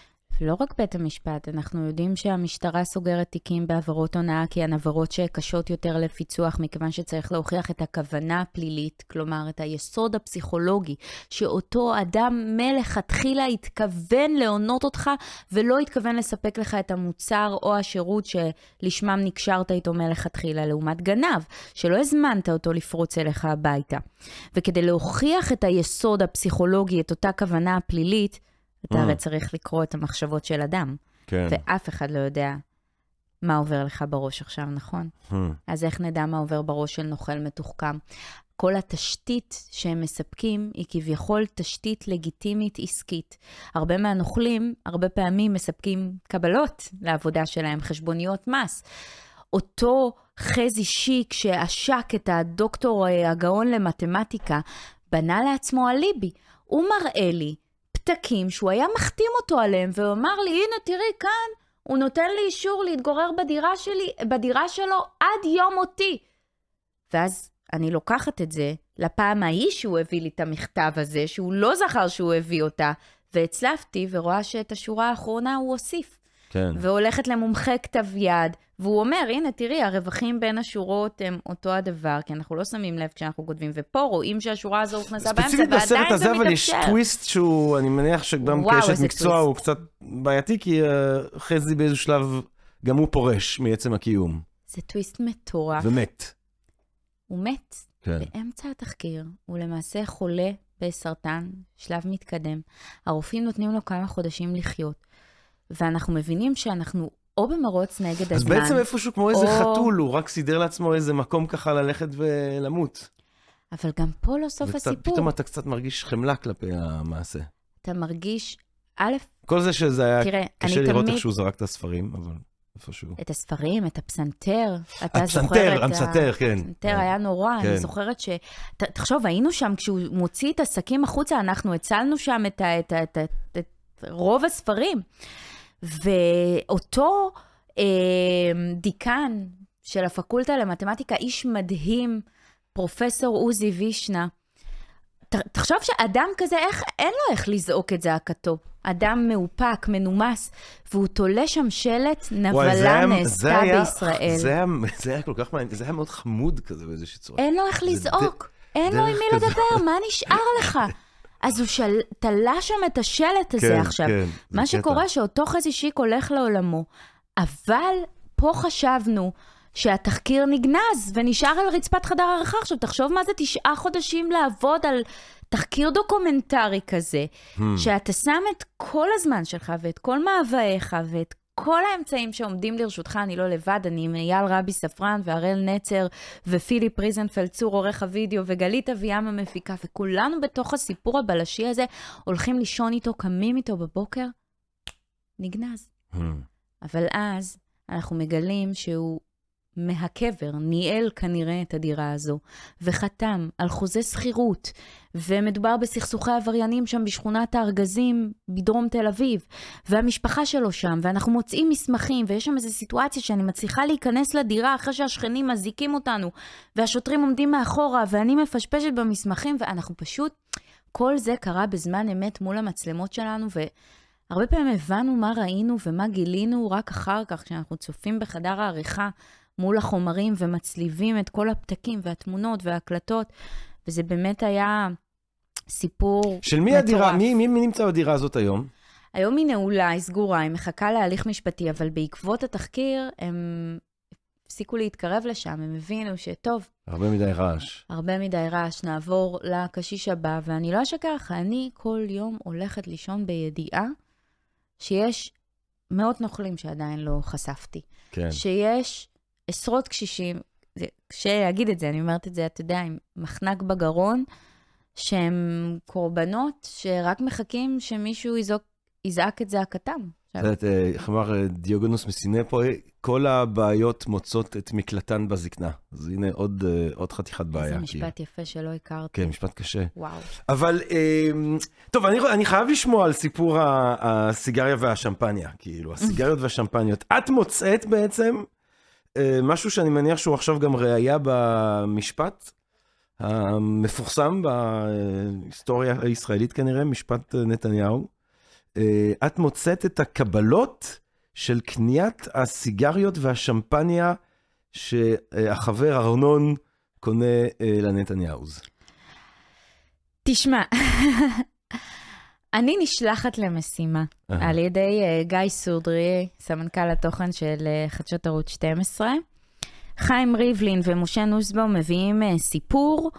לא רק בית המשפט, אנחנו יודעים שהמשטרה סוגרת תיקים בעבירות הונאה, כי הן עבירות שקשות יותר לפיצוח, מכיוון שצריך להוכיח את הכוונה הפלילית, כלומר את היסוד הפסיכולוגי, שאותו אדם מלכתחילה התכוון להונות אותך, ולא התכוון לספק לך את המוצר או השירות שלשמם נקשרת איתו מלכתחילה, לעומת גנב, שלא הזמנת אותו לפרוץ אליך הביתה. וכדי להוכיח את היסוד הפסיכולוגי, את אותה כוונה הפלילית, אתה הרי צריך לקרוא את המחשבות של אדם. כן. ואף אחד לא יודע מה עובר לך בראש עכשיו, נכון? אז איך נדע מה עובר בראש של נוכל מתוחכם? כל התשתית שהם מספקים היא כביכול תשתית לגיטימית עסקית. הרבה מהנוכלים, הרבה פעמים מספקים קבלות לעבודה שלהם, חשבוניות מס. אותו חזי שיק שעשק את הדוקטור הגאון למתמטיקה, בנה לעצמו אליבי. הוא מראה לי תקים שהוא היה מחתים אותו עליהם, והוא אמר לי, הנה תראי כאן, הוא נותן לי אישור להתגורר בדירה שלי, בדירה שלו עד יום מותי. ואז אני לוקחת את זה לפעם ההיא שהוא הביא לי את המכתב הזה, שהוא לא זכר שהוא הביא אותה, והצלפתי ורואה שאת השורה האחרונה הוא הוסיף. כן. והולכת למומחה כתב יד, והוא אומר, הנה, תראי, הרווחים בין השורות הם אותו הדבר, כי אנחנו לא שמים לב כשאנחנו כותבים, ופה רואים שהשורה הזו הוכנסה באמצע, ועדיין זה מתאפשר. ספציפית בסרט הזה, אבל יש טוויסט שהוא, אני מניח שגם כאשת מקצוע הוא קצת בעייתי, כי חזי באיזשהו שלב, גם הוא פורש מעצם הקיום. זה טוויסט מטורף. ומת. הוא מת. כן. באמצע התחקיר, הוא למעשה חולה בסרטן, שלב מתקדם. הרופאים נותנים לו כמה חודשים לחיות. ואנחנו מבינים שאנחנו או במרוץ נגד הזמן. אז בעצם איפשהו כמו איזה חתול, הוא רק סידר לעצמו איזה מקום ככה ללכת ולמות. אבל גם פה לא סוף הסיפור. ופתאום אתה קצת מרגיש חמלה כלפי המעשה. אתה מרגיש, א', כל זה שזה היה תראה, קשה לראות איך שהוא זרק את הספרים, אבל איפשהו. את הספרים, את הפסנתר. הפסנתר, הפסנתר, כן. הפסנתר היה נורא, אני זוכרת ש... תחשוב, היינו שם כשהוא מוציא את הסכים החוצה, אנחנו הצלנו שם את רוב הספרים. ואותו אה, דיקן של הפקולטה למתמטיקה, איש מדהים, פרופסור עוזי וישנה, ת, תחשוב שאדם כזה, איך, אין לו איך לזעוק את זעקתו. אדם מאופק, מנומס, והוא תולה שם שלט, נבלה נעשתה היה, בישראל. זה היה, זה היה כל כך מעניין, זה היה מאוד חמוד כזה באיזושהי צורה. אין לו איך לזעוק, ד... אין לו עם מי לדבר, מה נשאר לך? אז הוא של... תלה שם את השלט הזה כן, עכשיו. כן, מה שקורה קטע. שאותו חזי שיק הולך לעולמו. אבל פה חשבנו שהתחקיר נגנז ונשאר על רצפת חדר העריכה. עכשיו תחשוב מה זה תשעה חודשים לעבוד על תחקיר דוקומנטרי כזה, hmm. שאתה שם את כל הזמן שלך ואת כל מאווייך ואת כל האמצעים שעומדים לרשותך, אני לא לבד, אני עם אייל רבי ספרן והראל נצר ופיליפ ריזנפלד צור עורך הוידאו וגלית אביהם המפיקה, וכולנו בתוך הסיפור הבלשי הזה הולכים לישון איתו, קמים איתו בבוקר, נגנז. Hmm. אבל אז אנחנו מגלים שהוא מהקבר, ניהל כנראה את הדירה הזו, וחתם על חוזה שכירות, ומדובר בסכסוכי עבריינים שם בשכונת הארגזים בדרום תל אביב, והמשפחה שלו שם, ואנחנו מוצאים מסמכים, ויש שם איזו סיטואציה שאני מצליחה להיכנס לדירה אחרי שהשכנים מזיקים אותנו, והשוטרים עומדים מאחורה, ואני מפשפשת במסמכים, ואנחנו פשוט, כל זה קרה בזמן אמת מול המצלמות שלנו, והרבה פעמים הבנו מה ראינו ומה גילינו רק אחר כך, כשאנחנו צופים בחדר העריכה, מול החומרים ומצליבים את כל הפתקים והתמונות וההקלטות, וזה באמת היה סיפור מטורף. של מי הדירה? מי, מי, מי נמצא בדירה הזאת היום? היום היא נעולה, היא סגורה, היא מחכה להליך משפטי, אבל בעקבות התחקיר הם הפסיקו להתקרב לשם, הם הבינו שטוב. הרבה מדי רעש. הרבה מדי רעש, נעבור לקשיש הבא, ואני לא אשכח, אני כל יום הולכת לישון בידיעה שיש מאות נוכלים שעדיין לא חשפתי. כן. שיש עשרות קשישים, קשה להגיד את זה, אני אומרת את זה, אתה יודע, עם מחנק בגרון, שהם קורבנות שרק מחכים שמישהו יזעק, יזעק את זעקתם. את יודעת, איך אמר דיוגנוס מסיני פה, כל הבעיות מוצאות את מקלטן בזקנה. אז הנה עוד, עוד חתיכת בעיה. איזה משפט כי... יפה שלא הכרתי. כן, משפט קשה. וואו. אבל, טוב, אני, אני חייב לשמוע על סיפור הסיגריה והשמפניה, כאילו, הסיגריות והשמפניות. את מוצאת בעצם משהו שאני מניח שהוא עכשיו גם ראייה במשפט המפורסם בהיסטוריה הישראלית כנראה, משפט נתניהו. את מוצאת את הקבלות של קניית הסיגריות והשמפניה שהחבר ארנון קונה לנתניהוז. תשמע, אני נשלחת למשימה על ידי גיא סודרי, סמנכ"ל התוכן של חדשות ערוץ שתים עשרה. חיים ריבלין ומשה נוסבאום מביאים סיפור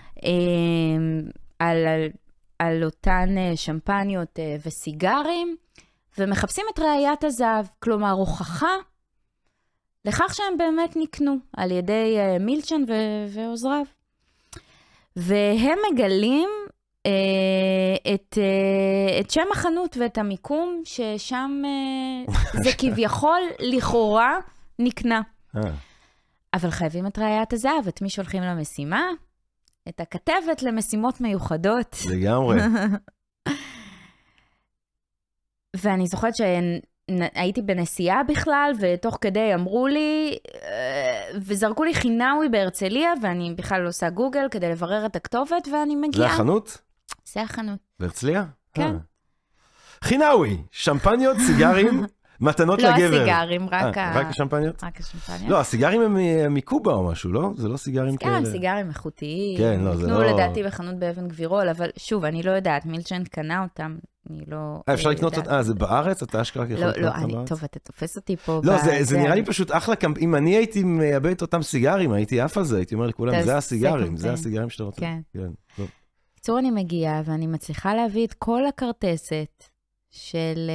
על, על, על אותן שמפניות וסיגרים, ומחפשים את ראיית הזהב, כלומר הוכחה לכך שהם באמת נקנו על ידי מילצ'ן ו- ועוזריו. והם מגלים את, את שם החנות ואת המיקום ששם זה כביכול לכאורה נקנה. אבל חייבים את ראיית הזהב, את מי שולחים למשימה? את הכתבת למשימות מיוחדות. לגמרי. ואני זוכרת הייתי בנסיעה בכלל, ותוך כדי אמרו לי, וזרקו לי חינאוי בהרצליה, ואני בכלל לא עושה גוגל כדי לברר את הכתובת, ואני מגיעה. זה החנות? זה החנות. בהרצליה? כן. חינאוי, שמפניות, סיגרים, מתנות לגבר. לא הסיגרים, רק ה... רק השמפניות? רק השמפניות. לא, הסיגרים הם מקובה או משהו, לא? זה לא סיגרים כאלה. כן, סיגרים איכותיים. כן, לא, זה לא... נקנו לדעתי בחנות באבן גבירול, אבל שוב, אני לא יודעת, מילצ'ן קנה אותם, אני לא... אפשר לקנות אותם, אה, זה בארץ? אתה אשכרה יכול לקנות אותם בארץ? לא, לא, טוב, אתה תופס אותי פה... לא, זה נראה לי פשוט אחלה, אם אני הייתי מייבא את אותם סיגרים, הייתי אף על זה, הייתי אומר לכולם, זה הסיגרים, זה הסיגרים שאתה רוצה. כן. בקיצור, אני מגיעה, ואני מצליחה להביא את כל הכרטסת של...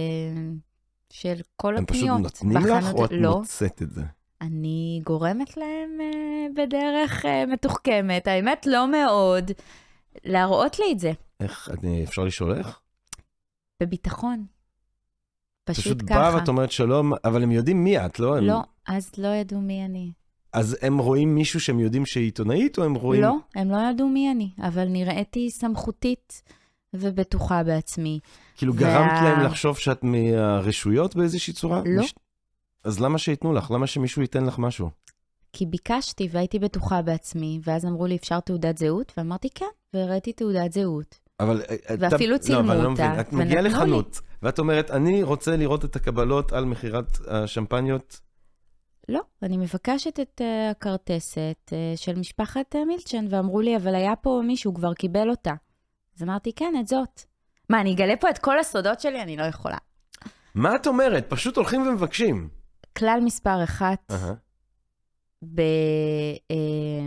של כל הפניות. הם פשוט נותנים לך או את מוצאת את זה? אני גורמת להם uh, בדרך uh, מתוחכמת, האמת לא מאוד, להראות לי את זה. איך, אני, אפשר לשאול איך? בביטחון. פשוט, פשוט ככה. בא ואת אומרת שלום, אבל הם יודעים מי את, לא? לא, הם... אז לא ידעו מי אני. אז הם רואים מישהו שהם יודעים שהיא עיתונאית, או הם רואים... לא, הם לא ידעו מי אני, אבל נראיתי סמכותית ובטוחה בעצמי. כאילו וה... גרמת להם לחשוב שאת מהרשויות באיזושהי צורה? לא. מש... אז למה שיתנו לך? למה שמישהו ייתן לך משהו? כי ביקשתי והייתי בטוחה בעצמי, ואז אמרו לי, אפשר תעודת זהות? ואמרתי, כן, והראיתי תעודת זהות. אבל... ואפילו אתה... צילמו לא, אותה. לא את מגיעה לחנות, לי. ואת אומרת, אני רוצה לראות את הקבלות על מחירת השמפניות. לא, אני מבקשת את uh, הכרטסת uh, של משפחת uh, מילצ'ן, ואמרו לי, אבל היה פה מישהו, כבר קיבל אותה. אז אמרתי, כן, את זאת. מה, אני אגלה פה את כל הסודות שלי? אני לא יכולה. מה את אומרת? פשוט הולכים ומבקשים. כלל מספר אחת, uh-huh. ב... אה,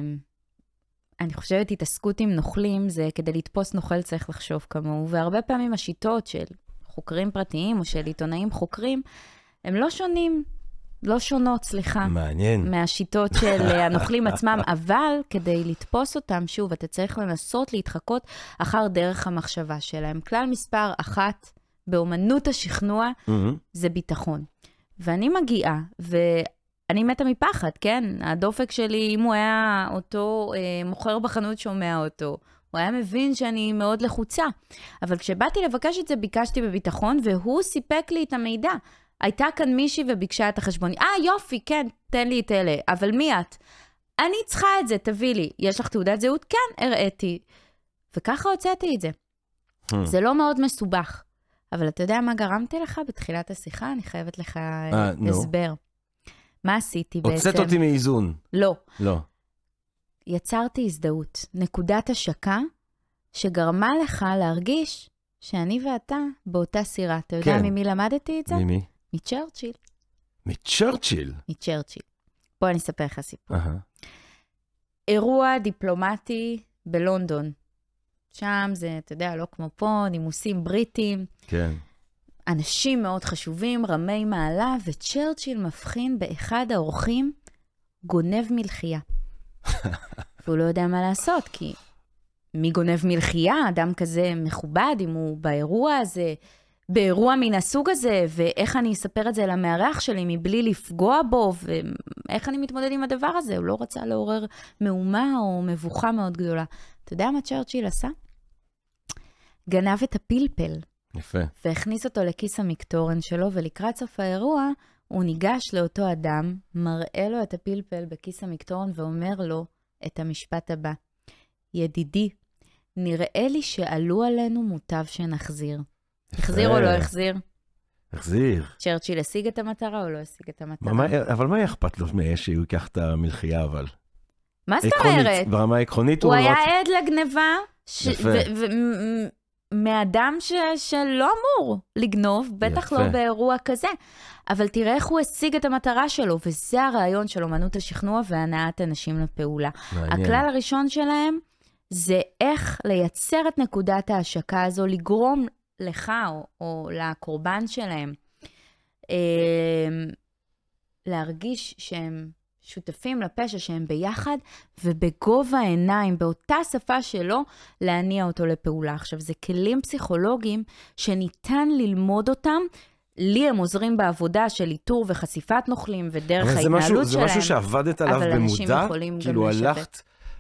אני חושבת, התעסקות עם נוכלים, זה כדי לתפוס נוכל צריך לחשוב כמוהו, והרבה פעמים השיטות של חוקרים פרטיים או של עיתונאים חוקרים, הם לא שונים, לא שונות, סליחה. מעניין. מהשיטות של הנוכלים עצמם, אבל כדי לתפוס אותם, שוב, אתה צריך לנסות להתחקות אחר דרך המחשבה שלהם. כלל מספר אחת, באומנות השכנוע, mm-hmm. זה ביטחון. ואני מגיעה, ואני מתה מפחד, כן? הדופק שלי, אם הוא היה אותו אה, מוכר בחנות שומע אותו, הוא היה מבין שאני מאוד לחוצה. אבל כשבאתי לבקש את זה, ביקשתי בביטחון, והוא סיפק לי את המידע. הייתה כאן מישהי וביקשה את החשבוני. אה, יופי, כן, תן לי את אלה. אבל מי את? אני צריכה את זה, תביא לי. יש לך תעודת זהות? כן, הראיתי. וככה הוצאתי את זה. Hmm. זה לא מאוד מסובך. אבל אתה יודע מה גרמתי לך בתחילת השיחה? אני חייבת לך uh, הסבר. No. מה עשיתי בעצם? הוצאת אותי מאיזון. לא. לא. יצרתי הזדהות. נקודת השקה שגרמה לך להרגיש שאני ואתה באותה סירה. אתה יודע כן. ממי למדתי את זה? ממי? מצ'רצ'יל. מצ'רצ'יל? מצ'רצ'יל. בוא אני אספר לך סיפור. Uh-huh. אירוע דיפלומטי בלונדון. שם זה, אתה יודע, לא כמו פה, נימוסים בריטים. כן. אנשים מאוד חשובים, רמי מעלה, וצ'רצ'יל מבחין באחד האורחים גונב מלחייה. והוא לא יודע מה לעשות, כי מי גונב מלחייה? אדם כזה מכובד, אם הוא באירוע הזה, באירוע מן הסוג הזה, ואיך אני אספר את זה למארח שלי מבלי לפגוע בו, ואיך אני מתמודד עם הדבר הזה? הוא לא רצה לעורר מהומה או מבוכה מאוד גדולה. אתה יודע מה צ'רצ'יל עשה? גנב את הפלפל. יפה. והכניס אותו לכיס המקטורן שלו, ולקראת סוף האירוע, הוא ניגש לאותו אדם, מראה לו את הפלפל בכיס המקטורן, ואומר לו את המשפט הבא. ידידי, נראה לי שעלו עלינו מוטב שנחזיר. החזיר או לא החזיר? החזיר. צ'רצ'יל השיג את המטרה או לא השיג את המטרה? מה, אבל מה יחפת לו שהוא ייקח את המלחייה, אבל? מה זאת אומרת? ברמה העקרונית הוא הוא היה לא... עד לגניבה, מאדם שלא אמור לגנוב, בטח לא באירוע כזה. אבל תראה איך הוא השיג את המטרה שלו, וזה הרעיון של אומנות השכנוע והנעת אנשים לפעולה. הכלל הראשון שלהם זה איך לייצר את נקודת ההשקה הזו, לגרום לך או, או לקורבן שלהם, להרגיש שהם שותפים לפשע, שהם ביחד, ובגובה העיניים, באותה שפה שלו, להניע אותו לפעולה. עכשיו, זה כלים פסיכולוגיים שניתן ללמוד אותם, לי הם עוזרים בעבודה של איתור וחשיפת נוכלים, ודרך ההתנהלות שלהם. זה משהו שעבדת עליו במודע, כאילו הלכת,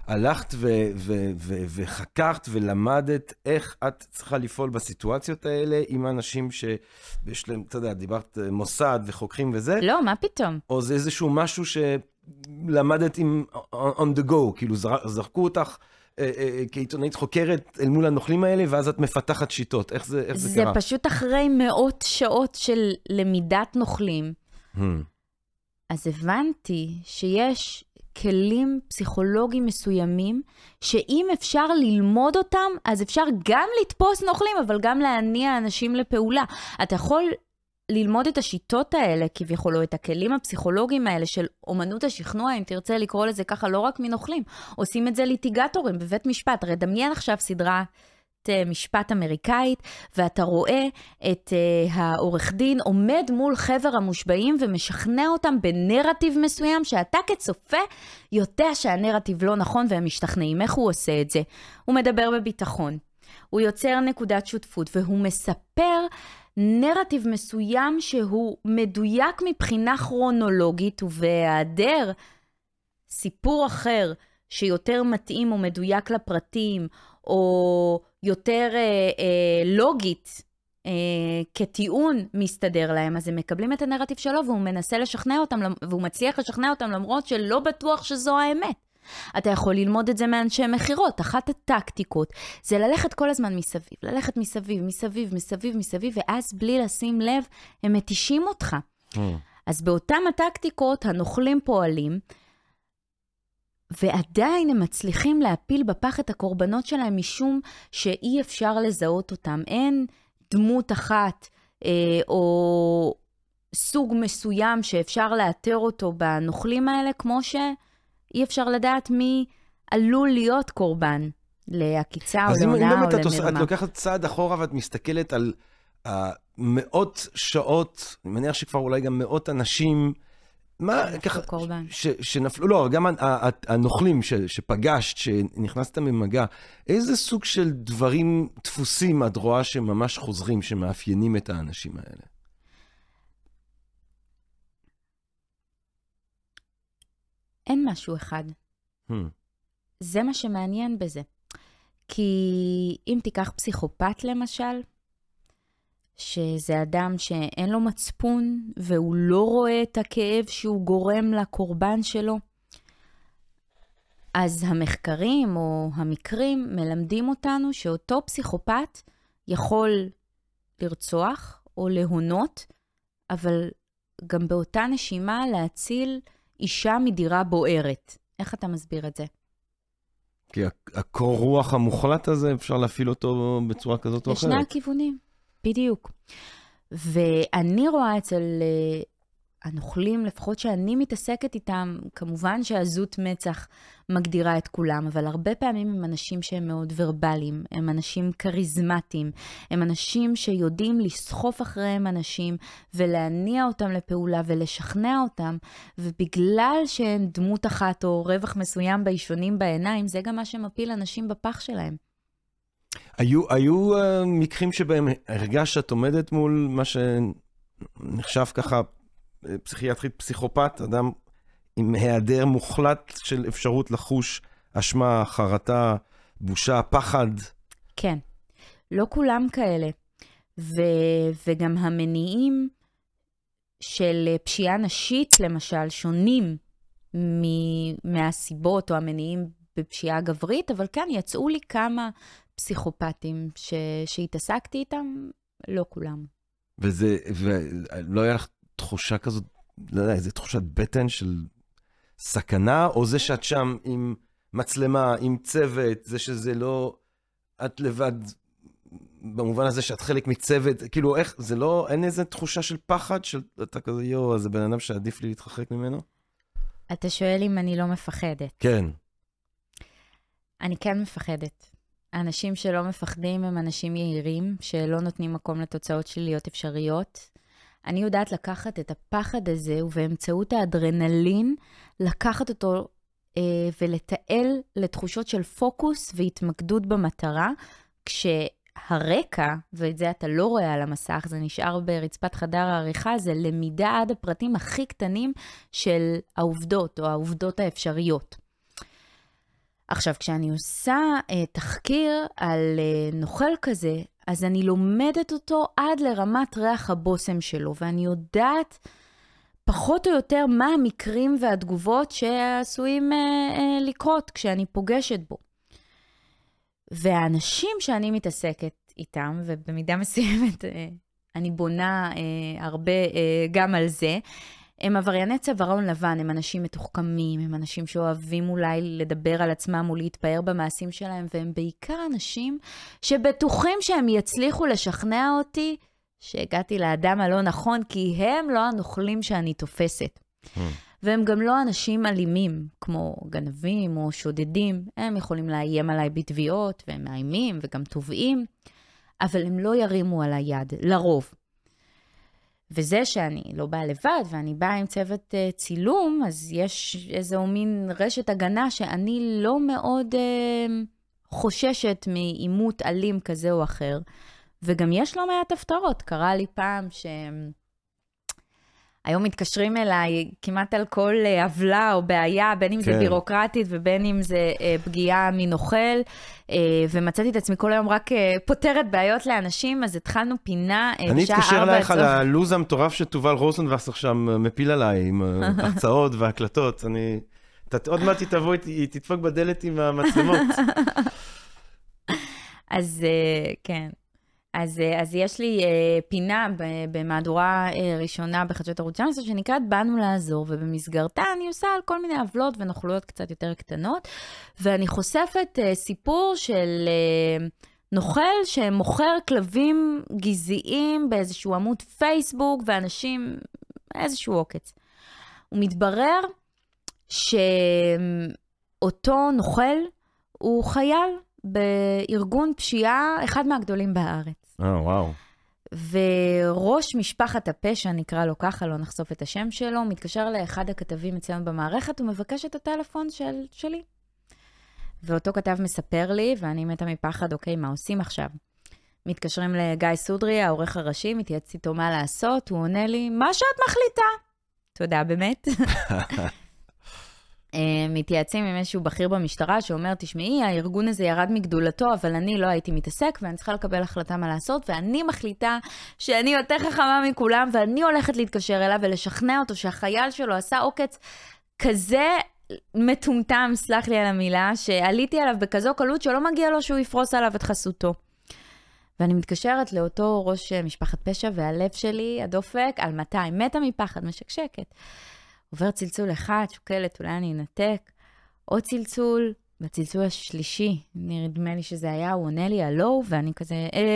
הלכת ו- ו- ו- וחקרת ולמדת איך את צריכה לפעול בסיטואציות האלה עם האנשים שיש להם, אתה יודע, דיברת מוסד וחוקרים וזה? לא, מה פתאום? או זה איזשהו משהו שלמדת עם on the go, כאילו זרקו אותך אה, אה, כעיתונאית חוקרת אל מול הנוכלים האלה, ואז את מפתחת שיטות. איך זה, איך זה, זה קרה? זה פשוט אחרי מאות שעות של למידת נוכלים. Hmm. אז הבנתי שיש כלים פסיכולוגיים מסוימים, שאם אפשר ללמוד אותם, אז אפשר גם לתפוס נוכלים, אבל גם להניע אנשים לפעולה. אתה יכול ללמוד את השיטות האלה, כביכול, או את הכלים הפסיכולוגיים האלה של אומנות השכנוע, אם תרצה לקרוא לזה ככה, לא רק מנוכלים. עושים את זה ליטיגטורים בבית משפט. הרי דמיין עכשיו סדרה משפט אמריקאית, ואתה רואה את uh, העורך דין עומד מול חבר המושבעים ומשכנע אותם בנרטיב מסוים, שאתה כצופה יודע שהנרטיב לא נכון והם משתכנעים. איך הוא עושה את זה? הוא מדבר בביטחון. הוא יוצר נקודת שותפות, והוא מספר נרטיב מסוים שהוא מדויק מבחינה כרונולוגית, ובהיעדר סיפור אחר שיותר מתאים או מדויק לפרטים, או יותר אה, אה, לוגית, אה, כטיעון מסתדר להם, אז הם מקבלים את הנרטיב שלו, והוא מנסה לשכנע אותם, והוא מצליח לשכנע אותם, למרות שלא בטוח שזו האמת. אתה יכול ללמוד את זה מאנשי מחירות. אחת הטקטיקות זה ללכת כל הזמן מסביב, ללכת מסביב, מסביב, מסביב, מסביב, ואז בלי לשים לב, הם מתישים אותך. Mm. אז באותם הטקטיקות, הנוכלים פועלים, ועדיין הם מצליחים להפיל בפח את הקורבנות שלהם, משום שאי אפשר לזהות אותם. אין דמות אחת, אה, או סוג מסוים שאפשר לאתר אותו בנוכלים האלה, כמו שאי אפשר לדעת מי עלול להיות קורבן לעקיצה או לעונה או למרמה. את לוקחת צעד אחורה ואת מסתכלת על uh, מאות שעות, אני מניח שכבר אולי גם מאות אנשים, מה, ככה, ש, שנפלו, לא, גם הנוכלים ש, שפגשת, שנכנסת ממגע, איזה סוג של דברים דפוסים את רואה שממש חוזרים, שמאפיינים את האנשים האלה? אין משהו אחד. Hmm. זה מה שמעניין בזה. כי אם תיקח פסיכופת למשל, שזה אדם שאין לו מצפון, והוא לא רואה את הכאב שהוא גורם לקורבן שלו, אז המחקרים או המקרים מלמדים אותנו שאותו פסיכופת יכול לרצוח או להונות, אבל גם באותה נשימה להציל אישה מדירה בוערת. איך אתה מסביר את זה? כי הקור רוח המוחלט הזה, אפשר להפעיל אותו בצורה כזאת או אחרת. לשני הכיוונים. בדיוק. ואני רואה אצל הנוכלים, לפחות שאני מתעסקת איתם, כמובן שהזות מצח מגדירה את כולם, אבל הרבה פעמים הם אנשים שהם מאוד ורבליים, הם אנשים קריזמטיים, הם אנשים שיודעים לסחוף אחריהם אנשים, ולהניע אותם לפעולה ולשכנע אותם, ובגלל שאין דמות אחת או רווח מסוים בישונים בעיניים, זה גם מה שמפיל אנשים בפח שלהם. היו, היו uh, מקרים שבהם הרגש שאת עומדת מול מה שנחשב ככה פסיכיאטרית פסיכופת, אדם עם היעדר מוחלט של אפשרות לחוש אשמה, חרטה, בושה, פחד? כן, לא כולם כאלה. ו, וגם המניעים של פשיעה נשית, למשל, שונים מ, מהסיבות או המניעים בפשיעה גברית, אבל כאן יצאו לי כמה פסיכופטים ש... שהתעסקתי איתם, לא כולם. וזה, ולא היה לך תחושה כזאת, לא יודע, איזו תחושת בטן של סכנה, או זה שאת שם עם מצלמה, עם צוות, זה שזה לא, את לבד, במובן הזה שאת חלק מצוות, כאילו איך, זה לא, אין איזו תחושה של פחד, של אתה כזה, יו, זה בן אדם שעדיף לי להתרחק ממנו? אתה שואל אם אני לא מפחדת. כן. אני כן מפחדת. האנשים שלא מפחדים הם אנשים יהירים, שלא נותנים מקום לתוצאות שליליות אפשריות. אני יודעת לקחת את הפחד הזה, ובאמצעות האדרנלין, לקחת אותו אה, ולתעל לתחושות של פוקוס והתמקדות במטרה, כשהרקע, ואת זה אתה לא רואה על המסך, זה נשאר ברצפת חדר העריכה, זה למידה עד הפרטים הכי קטנים של העובדות, או העובדות האפשריות. עכשיו, כשאני עושה אה, תחקיר על אה, נוכל כזה, אז אני לומדת אותו עד לרמת ריח הבוסם שלו, ואני יודעת פחות או יותר מה המקרים והתגובות שעשויים אה, אה, לקרות כשאני פוגשת בו. והאנשים שאני מתעסקת איתם, ובמידה מסוימת אה, אני בונה אה, הרבה אה, גם על זה, הם עברייני צווארון לבן, הם אנשים מתוחכמים, הם אנשים שאוהבים אולי לדבר על עצמם ולהתפאר במעשים שלהם, והם בעיקר אנשים שבטוחים שהם יצליחו לשכנע אותי שהגעתי לאדם הלא נכון, כי הם לא הנוכלים שאני תופסת. Hmm. והם גם לא אנשים אלימים, כמו גנבים או שודדים. הם יכולים לאיים עליי בתביעות, והם מאיימים וגם תובעים, אבל הם לא ירימו על היד, לרוב. וזה שאני לא באה לבד, ואני באה עם צוות uh, צילום, אז יש איזו מין רשת הגנה שאני לא מאוד uh, חוששת מאימות אלים כזה או אחר. וגם יש לא מעט הפתעות. קרה לי פעם ש... היום מתקשרים אליי כמעט על כל עוולה או בעיה, בין אם כן. זה בירוקרטית ובין אם זה פגיעה מנוכל, ומצאתי את עצמי כל היום רק פותרת בעיות לאנשים, אז התחלנו פינה בשעה ארבע. אני אתקשר עלייך על הלוז המטורף שתובל רוזנבסר שם מפיל עליי, עם הרצאות והקלטות. אני... עוד מעט תבוא, היא תדפוק בדלת עם המצלמות. אז כן. אז, אז יש לי אה, פינה במהדורה אה, ראשונה בחדשות ערוץ שתים עשרה שנקראת באנו לעזור, ובמסגרתה אני עושה על כל מיני עוולות ונוכלויות קצת יותר קטנות, ואני חושפת אה, סיפור של אה, נוכל שמוכר כלבים גזעיים באיזשהו עמוד פייסבוק, ואנשים, איזשהו עוקץ. הוא מתברר שאותו נוכל הוא חייל, בארגון פשיעה אחד מהגדולים בארץ. אה, וואו. וראש משפחת הפשע, נקרא לו ככה, לא נחשוף את השם שלו, מתקשר לאחד הכתבים אצלנו במערכת, ומבקש את הטלפון של, שלי. ואותו כתב מספר לי, ואני מתה מפחד, אוקיי, מה עושים עכשיו? מתקשרים לגיא סודרי, העורך הראשי, מתייעץ איתו מה לעשות, הוא עונה לי, מה שאת מחליטה? תודה, באמת. מתייעצים עם איזשהו בכיר במשטרה שאומר, תשמעי, הארגון הזה ירד מגדולתו, אבל אני לא הייתי מתעסק, ואני צריכה לקבל החלטה מה לעשות, ואני מחליטה שאני יותר חכמה מכולם, ואני הולכת להתקשר אליו ולשכנע אותו שהחייל שלו עשה עוקץ כזה מטומטם, סלח לי על המילה, שעליתי עליו בכזו קלות שלא מגיע לו שהוא יפרוס עליו את חסותו. ואני מתקשרת לאותו ראש משפחת פשע, והלב שלי, הדופק, על מאתיים, מתה מפחד, משקשקת. עובר צלצול אחד, שוקלת, אולי אני אנתק, עוד צלצול, בצלצול השלישי, נדמה לי שזה היה, הוא עונה לי הלו, ואני כזה,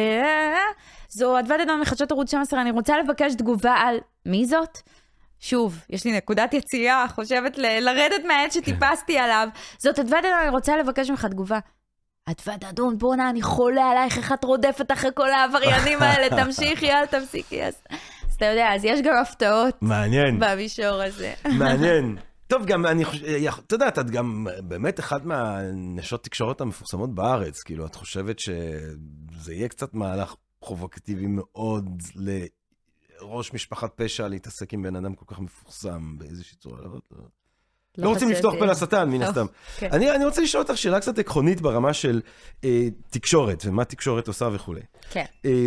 זו אדוות אדום מחדשות ערוץ שתים עשרה, אני רוצה לבקש תגובה על מי זאת? שוב, יש לי נקודת יציאה, חושבת לרדת מהעת שטיפסתי עליו, זאת אדוות אדום, אני רוצה לבקש ממך תגובה. אדוות אדום, בונה, אני חולה עלייך, איך את רודפת אחרי כל העבריינים האלה, תמשיכי, אל תפסיקי, אז... אתה יודע, אז יש גם הפתעות. מעניין. במישור הזה. מעניין. טוב, גם אני חושב, אתה יודע, את גם באמת אחת מהנשות תקשורת המפורסמות בארץ, כאילו, את חושבת שזה יהיה קצת מהלך פרובוקטיבי מאוד לראש משפחת פשע להתעסק עם בן אדם כל כך מפורסם באיזושהי צורה. לא רוצים לפתוח פה לשטן, מן הסתם. אני רוצה לשאול אותך שאלה קצת עקרונית ברמה של תקשורת, ומה תקשורת עושה וכו'. כן.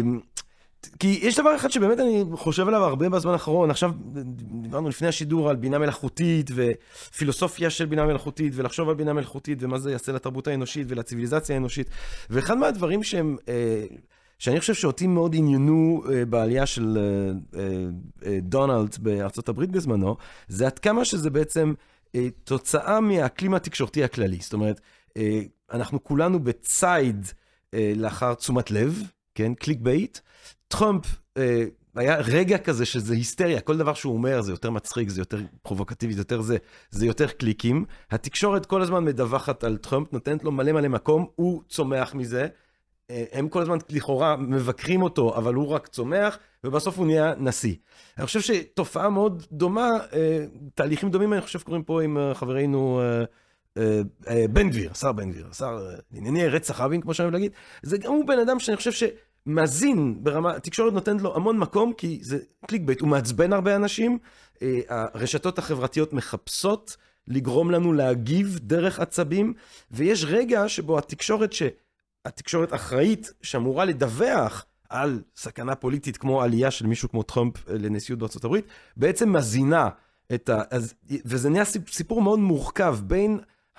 כי יש דבר אחד שבאמת אני חושב עליו הרבה בזמן האחרון, עכשיו דיברנו לפני השידור על בינה מלאכותית ופילוסופיה של בינה מלאכותית ולחשוב על בינה מלאכותית ומה זה יעשה לתרבות האנושית ולציביליזציה האנושית, ואחד מהדברים שהם, שאני חושב שאותי מאוד עניינו בעלייה של דונלד בארצות הברית בזמנו, זה עד כמה שזה בעצם תוצאה מהאקלים התקשורתי הכללי, זאת אומרת, אנחנו כולנו בצייד לאחר תשומת לב, כן, קליק בייט, טראמפ, אה, היה רגע כזה שזה היסטריה, כל דבר שהוא אומר זה יותר מצחיק, זה יותר פרובוקטיבי, זה יותר זה, זה יותר קליקים. התקשורת כל הזמן מדווחת על טראמפ, נותנת לו מלא מלא מקום, הוא צומח מזה, אה, הם כל הזמן לכאורה מבקרים אותו, אבל הוא רק צומח, ובסוף הוא נהיה נשיא. אני חושב שתופעה מאוד דומה, אה, תהליכים דומים אני חושב קוראים פה עם חברינו אה, אה, אה, בן גביר, שר בן גביר, שר ענייני רצח רבין, כמו שאני אוהב להגיד, זה גם הוא בן אדם שאני חושב ש... מזין ברמה, התקשורת נותנת לו המון מקום, כי זה קליק בייט, הוא מעצבן הרבה אנשים, הרשתות החברתיות מחפשות לגרום לנו להגיב דרך עצבים, ויש רגע שבו התקשורת, ש... התקשורת אחראית, שאמורה לדווח על סכנה פוליטית, כמו עלייה של מישהו כמו טראמפ לנשיאות בארצות הברית, בעצם מזינה את ה... אז... וזה נהיה סיפור מאוד מורכב, בין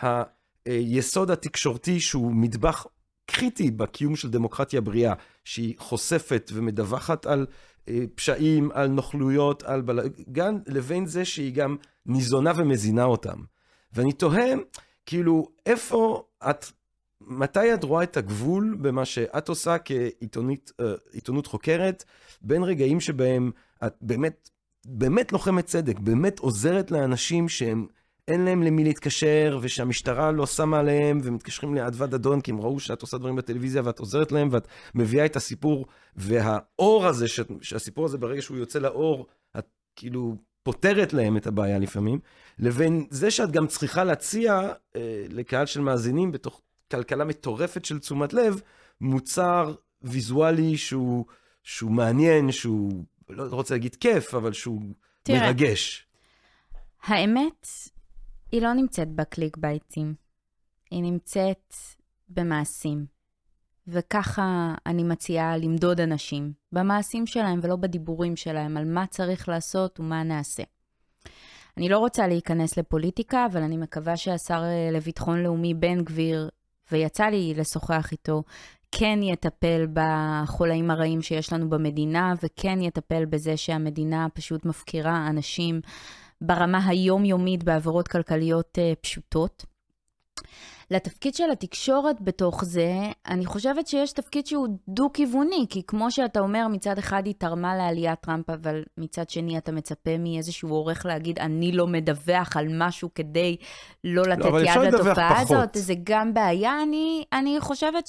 היסוד התקשורתי שהוא מטבח קריטי בקיום של דמוקרטיה בריאה, שהיא חושפת ומדווחת על פשעים, על נוכלויות, על בלגן, לבין זה שהיא גם ניזונה ומזינה אותם. ואני תוהה, כאילו, איפה את, מתי את רואה את הגבול במה שאת עושה כעיתונות חוקרת, בין רגעים שבהם את באמת, באמת לוחמת צדק, באמת עוזרת לאנשים שהם אין להם למי להתקשר, ושהמשטרה לא שמה עליהם, ומתקשרים לאדוה דדון, כי הם ראו שאת עושה דברים בטלוויזיה, ואת עוזרת להם, ואת מביאה את הסיפור, והאור הזה, ש... שהסיפור הזה ברגע שהוא יוצא לאור, את כאילו פותרת להם את הבעיה לפעמים, לבין זה שאת גם צריכה להציע אה, לקהל של מאזינים, בתוך כלכלה מטורפת של תשומת לב, מוצר ויזואלי שהוא, שהוא מעניין, שהוא, לא רוצה להגיד כיף, אבל שהוא תראה, מרגש. האמת, היא לא נמצאת בקליק בייטים, היא נמצאת במעשים. וככה אני מציעה למדוד אנשים, במעשים שלהם ולא בדיבורים שלהם, על מה צריך לעשות ומה נעשה. אני לא רוצה להיכנס לפוליטיקה, אבל אני מקווה שהשר לביטחון לאומי בן גביר, ויצא לי לשוחח איתו, כן יטפל בחולאים הרעים שיש לנו במדינה, וכן יטפל בזה שהמדינה פשוט מפקירה אנשים ברמה היומיומית בעבירות כלכליות פשוטות. לתפקיד של התקשורת בתוך זה, אני חושבת שיש תפקיד שהוא דו-כיווני, כי כמו שאתה אומר, מצד אחד היא תרמה לעליית טראמפ, אבל מצד שני אתה מצפה מאיזשהו עורך להגיד, אני לא מדווח על משהו כדי לא לתת לא, יד לתופעה הזאת, זה גם בעיה. אני, אני חושבת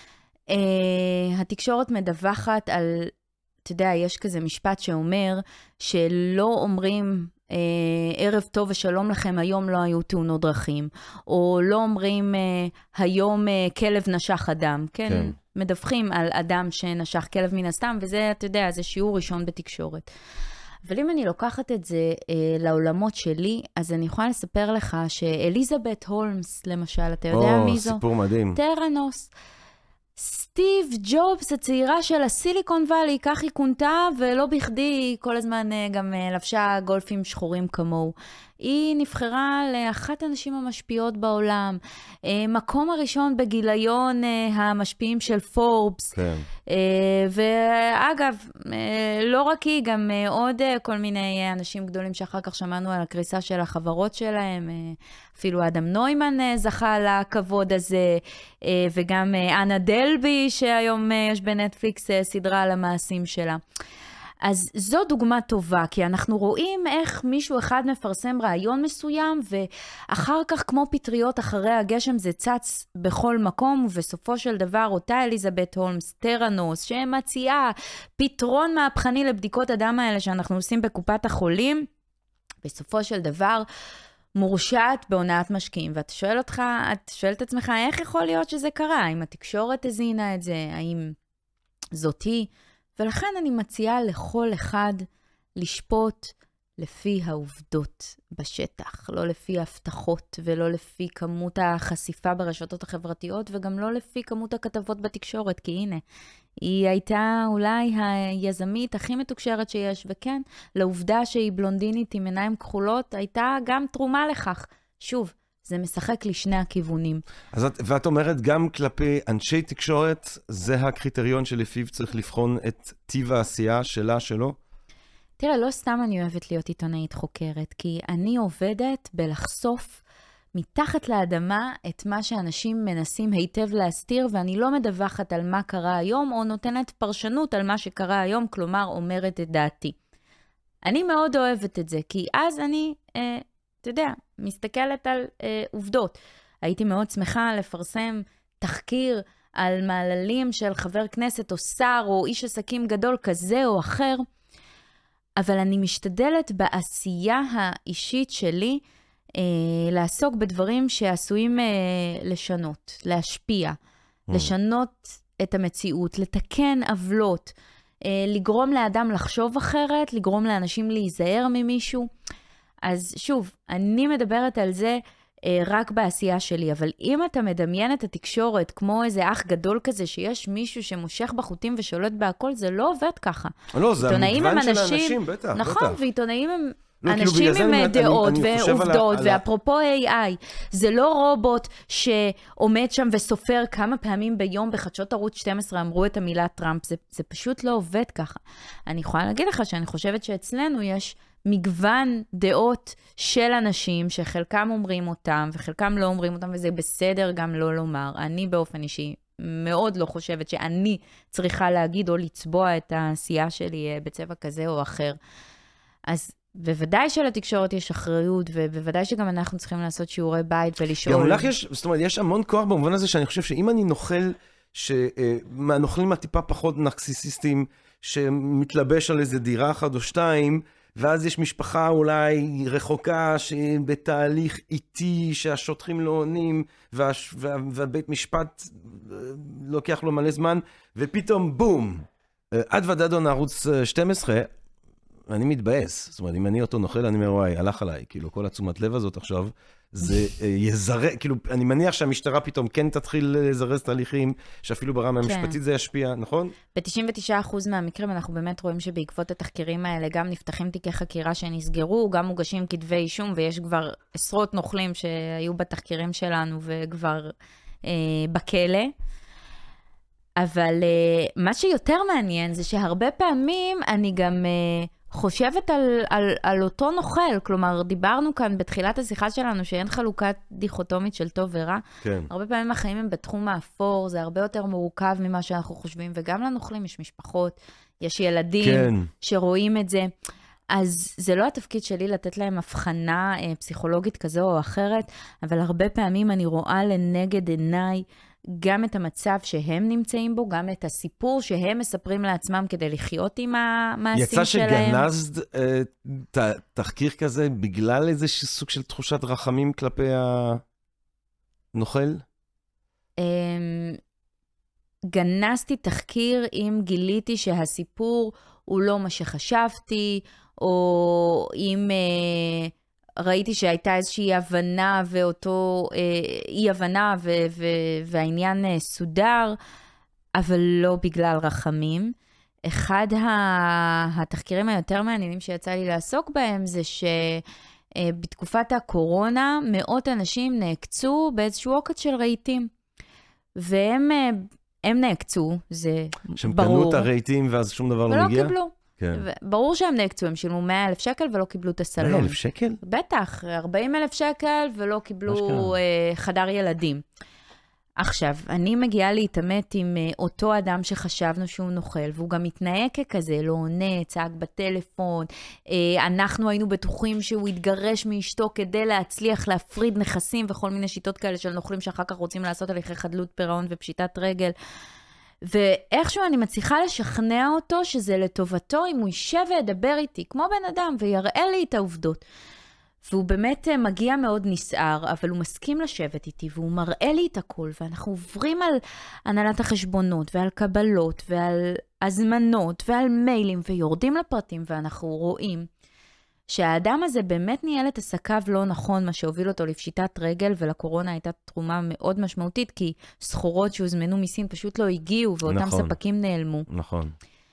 שהתקשורת מדווחת על, אתה יודע, יש כזה משפט שאומר, שלא אומרים, אה, ערב טוב ושלום לכם, היום לא היו תאונות דרכים, או לא אומרים אה, היום אה, כלב נשך אדם, כן? כן? מדווחים על אדם שנשך כלב מן הסתם, וזה, אתה יודע, זה שיעור ראשון בתקשורת. אבל אם אני לוקחת את זה אה, לעולמות שלי, אז אני יכולה לספר לך שאליזבת הולמס, למשל, אתה יודע או, מי זו? סיפור מדהים. טראנוס. סטיב ג'ובס, הצעירה של הסיליקון ואלי, כך היא כונתה, ולא בכדי כל הזמן גם לבשה גולפים שחורים כמוהו. היא נבחרה לאחת הנשים המשפיעות בעולם, מקום הראשון בגיליון המשפיעים של פורבס. כן. ואגב, לא רק היא, גם עוד כל מיני אנשים גדולים שאחר כך שמענו על הקריסה של החברות שלהם, אפילו אדם נוימן זכה לכבוד הזה, וגם אנה דלבי, שהיום יש בנטפליקס סדרה על המעשים שלה. אז זו דוגמה טובה, כי אנחנו רואים איך מישהו אחד מפרסם רעיון מסוים, ואחר כך כמו פטריות אחרי הגשם זה צץ בכל מקום, ובסופו של דבר אותה אליזבת הולמס, טראנוס, שמציעה פתרון מהפכני לבדיקות הדם האלה שאנחנו עושים בקופת החולים, בסופו של דבר מורשעת בהונאת משקיעים. ואתה שואל אותך, את שואל את עצמך, איך יכול להיות שזה קרה? האם התקשורת הזינה את זה? האם זאתי? ולכן אני מציעה לכל אחד לשפוט לפי העובדות בשטח, לא לפי ההבטחות ולא לפי כמות החשיפה ברשתות החברתיות וגם לא לפי כמות הכתבות בתקשורת, כי הנה, היא הייתה אולי היזמית הכי מתוקשרת שיש, וכן, לעובדה שהיא בלונדינית עם עיניים כחולות, הייתה גם תרומה לכך. שוב, זה משחק לשני הכיוונים. אז את, ואת אומרת גם כלפי אנשי תקשורת, זה הקריטריון שלפיו צריך לבחון את טיב העשייה שלה, שלו? תראה, לא סתם אני אוהבת להיות עיתונאית חוקרת, כי אני עובדת בלחשוף מתחת לאדמה את מה שאנשים מנסים היטב להסתיר, ואני לא מדווחת על מה קרה היום, או נותנת פרשנות על מה שקרה היום, כלומר אומרת את דעתי. אני מאוד אוהבת את זה, כי אז אני... אה, אתה יודע, מסתכלת על אה, עובדות. הייתי מאוד שמחה לפרסם תחקיר על מעללים של חבר כנסת או שר או איש עסקים גדול כזה או אחר, אבל אני משתדלת בעשייה האישית שלי אה, לעסוק בדברים שעשויים אה, לשנות, להשפיע, mm. לשנות את המציאות, לתקן עוולות, אה, לגרום לאדם לחשוב אחרת, לגרום לאנשים להיזהר ממישהו. אז שוב, אני מדברת על זה אה, רק בעשייה שלי, אבל אם אתה מדמיין את התקשורת כמו איזה אח גדול כזה, שיש מישהו שמושך בחוטים ושולט בהכל, זה לא עובד ככה. לא, זה המגוון של האנשים, בטח, נכון, בטח. ועיתונאים הם... לא, כאילו, אנשים בגלל עם זה אני- דעות אני- אני חושב על ה- ועובדות, על ה- ואפרופו איי איי, זה לא רובוט שעומד שם וסופר כמה פעמים ביום בחדשות ערוץ שתים עשרה אמרו את המילה טראמפ, זה, זה פשוט לא עובד ככה. אני יכולה להגיד לך שאני חושבת שאצלנו יש מגוון דעות של אנשים שחלקם אומרים אותם וחלקם לא אומרים אותם, וזה בסדר גם לא לומר. אני באופן אישי מאוד לא חושבת שאני צריכה להגיד או לצבוע את העשייה שלי אה, בצבע כזה או אחר. אז בוודאי שלתקשורת יש אחריות, ובוודאי שגם אנחנו צריכים לעשות שיעורי בית ולשאול. גם לך יש, זאת אומרת, יש המון כוח במובן הזה שאני חושב שאם אני נוכל, מהנוכלים הטיפה פחות נרקסיסיסטים, שמתלבש על איזה דירה אחת או שתיים, ואז יש משפחה אולי רחוקה, שבתהליך איטי, שהשוטרים לא עונים, וה, וה, והבית משפט לוקח לו מלא זמן, ופתאום בום, עד ודדון ערוץ שתים עשרה, אני מתבאס, זאת אומרת, אם אני אותו נוכל, אני אומר, וואי, הלך עליי, כאילו, כל התשומת לב הזאת עכשיו, זה יזרז, כאילו, אני מניח שהמשטרה פתאום כן תתחיל לזרז תהליכים, שאפילו ברמה המשפטית זה ישפיע, נכון? ב-תשעים ותשעה אחוז מהמקרים אנחנו באמת רואים שבעקבות התחקירים האלה גם נפתחים תיקי חקירה שנסגרו, גם מוגשים כתבי אישום, ויש כבר עשרות נוכלים שהיו בתחקירים שלנו וכבר אה, בכלא. אבל אה, מה שיותר מעניין זה שהרבה פעמים אני גם... אה, חושבת על, על, על אותו נוכל, כלומר, דיברנו כאן בתחילת השיחה שלנו שאין חלוקת דיכוטומית של טוב ורע. כן. הרבה פעמים החיים הם בתחום האפור, זה הרבה יותר מורכב ממה שאנחנו חושבים, וגם לנוכלים יש משפחות, יש ילדים כן. שרואים את זה. אז זה לא התפקיד שלי לתת להם הבחנה אה, פסיכולוגית כזו או אחרת, אבל הרבה פעמים אני רואה לנגד עיניי גם את המצב שהם נמצאים בו, גם את הסיפור שהם מספרים לעצמם כדי לחיות עם המעשים שלהם. יצא שגנזת אה, ת, תחקיר כזה בגלל איזה סוג של תחושת רחמים כלפי הנוכל? אה, גנזתי תחקיר אם גיליתי שהסיפור הוא לא מה שחשבתי, או אם... אה, ראיתי שהייתה איזושהי הבנה ואותו אה, אי הבנה ו- ו- והעניין אה, סודר, אבל לא בגלל רחמים. אחד ה- התחקירים היותר מעניינים שיצא לי לעסוק בהם זה שבתקופת הקורונה מאות אנשים נעקצו באיזשהו עוקץ של רהיטים. והם הם נעקצו, זה ברור. שהם קנו את הרהיטים ואז שום דבר לא מגיע? ולא קיבלו. כן. ברור שהם נעקצו, הם שילמו מאה אלף שקל ולא קיבלו את הסלון. מאה אלף שקל? בטח, ארבעים אלף שקל ולא קיבלו אה, חדר ילדים. עכשיו, אני מגיעה להתאמת עם אה, אותו אדם שחשבנו שהוא נוכל, והוא גם מתנהג ככזה, לא עונה, צעק בטלפון, אה, אנחנו היינו בטוחים שהוא יתגרש מאשתו כדי להצליח להפריד נכסים וכל מיני שיטות כאלה של נוכלים שאחר כך רוצים לעשות הליכי חדלות פירעון ופשיטת רגל. ואיכשהו אני מצליחה לשכנע אותו שזה לטובתו אם הוא יישב וידבר איתי, כמו בן אדם, ויראה לי את העובדות. והוא באמת מגיע מאוד נסער, אבל הוא מסכים לשבת איתי, והוא מראה לי את הכל, ואנחנו עוברים על הנהלת החשבונות, ועל קבלות, ועל הזמנות, ועל מיילים, ויורדים לפרטים, ואנחנו רואים שהאדם הזה באמת ניהל את עסקיו לא נכון, מה שהוביל אותו לפשיטת רגל, ולקורונה הייתה תרומה מאוד משמעותית, כי סחורות שהוזמנו מסין פשוט לא הגיעו, ואותם נכון. ספקים נעלמו. נכון.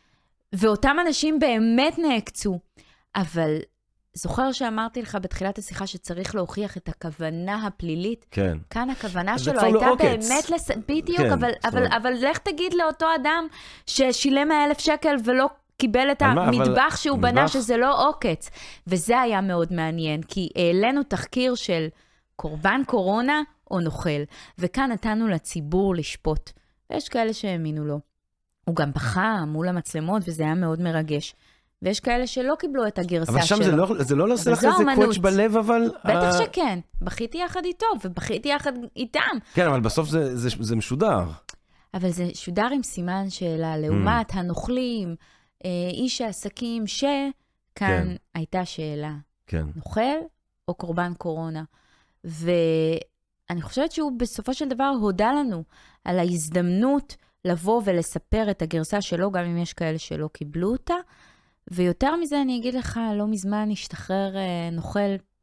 ואותם אנשים באמת נעקצו. אבל זוכר שאמרתי לך בתחילת השיחה שצריך להוכיח את הכוונה הפלילית? כן. כאן הכוונה שלו כבר לא הייתה עוקץ. באמת, לס... בדיוק, כן, אבל, זאת אבל, אומרת. אבל לך תגיד לאותו אדם ששילם מאה אלף שקל ולא קיבל את על מה? אבל- המטבח שהוא בנה, המטבח? שזה לא עוקץ. וזה היה מאוד מעניין, כי העלינו תחקיר של קורבן קורונה או נוכל, וכאן נתנו לציבור לשפוט. ויש כאלה שהאמינו לו. הוא גם בכה מול המצלמות, וזה היה מאוד מרגש. ויש כאלה שלא קיבלו את הגרסה שלו. אבל שם זה לא, זה לא עושה לך זו איזה אומנות. קווץ' בלב, אבל... בטח אה, שכן. בכיתי יחד איתו, ובכיתי יחד איתם. כן, אבל בסוף זה, זה, זה משודר. אבל זה שודר עם סימן שאלה, לעומת הנוכלים, אה, איש העסקים, שכאן כן. הייתה שאלה. כן. נוכל או קורבן קורונה? ואני חושבת שהוא בסופו של דבר הודע לנו על ההזדמנות לבוא ולספר את הגרסה שלו, גם אם יש כאלה שלא קיבלו אותה, ויותר מזה אני אגיד לך, לא מזמן השתחרר נוכל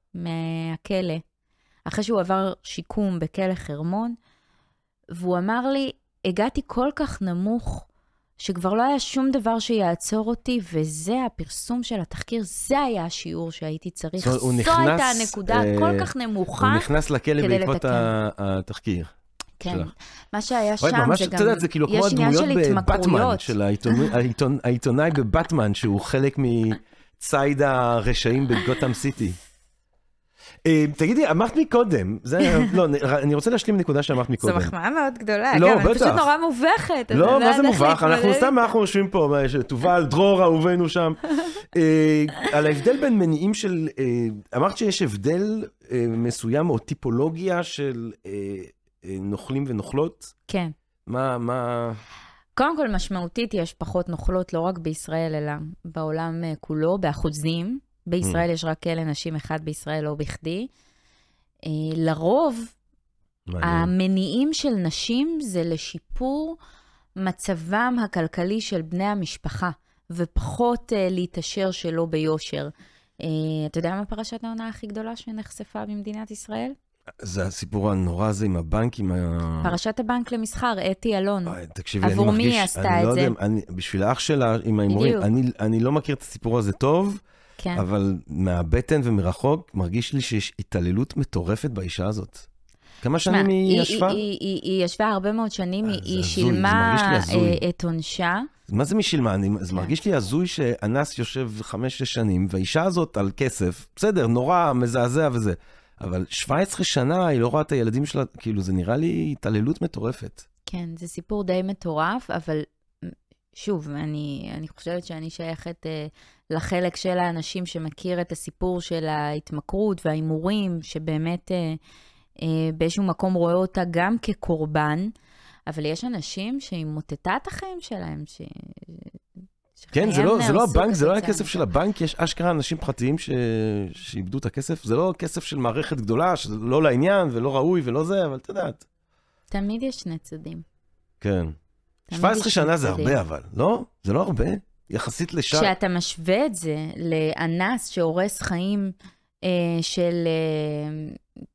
מהכלא, אחרי שהוא עבר שיקום בכלא חרמון, והוא אמר לי, הגעתי כל כך נמוך, שכבר לא היה שום דבר שיעצור אותי, וזה הפרסום של התחקיר, זה היה השיעור שהייתי צריך. זאת אומרת, הוא זו נכנס, הייתה הנקודה אה, כל כך נמוכה. הוא נכנס לכלא כדי בעקבות לתקן. ה- התחקיר. כן, שלך. מה שהיה וואי, שם ממש, זה אתה גם, יודעת, זה כאילו כמו יש עניין הדמויות של בבטמן, התמכרויות. של העיתונאי, העיתונאי, העיתונאי בבטמן, שהוא חלק מצייד הרשעים בגותם סיטי. אה, תגידי, אמרת מקודם, זה, לא, אני רוצה להשלים נקודה שאמרת מקודם. זו מחמאה מאוד גדולה, לא, גם, אני בטח. פשוט נורא מובכת. לא, אני מה זה יודעת איך מובך? אנחנו להתמודד. סתם, אנחנו יושבים פה, תובל, דרור, אהובנו שם. אה, על ההבדל בין מניעים של, אה, אמרת שיש הבדל אה, מסוים או טיפולוגיה של אה, אה, נוכלים ונוכלות? כן. מה, מה... קודם כל, משמעותית, יש פחות נוכלות, לא רק בישראל, אלא בעולם אה, כולו, באחוזים. בישראל יש רק כלא נשים אחד בישראל, לא בכדי. אה, לרוב, מעניין. המניעים של נשים זה לשיפור מצבם הכלכלי של בני המשפחה, ופחות uh, להתאשר שלא ביושר. Uh, אתה יודע מה פרשת העונה הכי גדולה שנחשפה במדינת ישראל? זה הסיפור הנורא הזה עם הבנק, עם ה... פרשת הבנק למסחר, אתי אלון. וואי, תקשיבי, אני עבור מרגיש... מי היא עשתה אני את לא זה? יודע, אני, בשביל האח שלה עם ההימורים, בדיוק. אני, אני לא מכיר את הסיפור הזה טוב, כן. אבל מהבטן ומרחוק מרגיש לי שיש התעללות מטורפת באישה הזאת. כמה שנים מה, היא היא, ישבה? היא, היא, היא, היא ישבה הרבה מאוד שנים, אה, היא, זה היא הזוי, שילמה זה מרגיש לי הזוי. אה, את עונשה. מה זה משילמה? אני, זה כן. מרגיש לי הזוי שאנס יושב חמש-שש שנים, והאישה הזאת על כסף, בסדר, נורא, מזעזע וזה, אבל שבע עשרה שנה היא לא רואה את הילדים שלה, כאילו זה נראה לי התעללות מטורפת. כן, זה סיפור די מטורף, אבל שוב, אני, אני חושבת שאני שייכת אה, לחלק של האנשים שמכיר את הסיפור של ההתמכרות וההימורים, שבאמת אה, אה, באיזשהו מקום רואה אותה גם כקורבן, אבל יש אנשים שהיא מוטטה את החיים שלהם, ש... כן, זה לא, זה לא הבנק, זה לא כתוצאה הכסף מזה. של הבנק, יש אשכרה אנשים פרטיים ש... שאיבדו את הכסף, זה לא כסף של מערכת גדולה, שזה לא לעניין ולא ראוי ולא זה, אבל את יודעת. תמיד יש שני צדדים. כן. תמיד שבע יש עשרה שני שנה זה צדדים. הרבה, אבל, לא? זה לא הרבה? יחסית לשעה. כשאתה משווה את זה לאנס שהורס חיים אה, של... אה,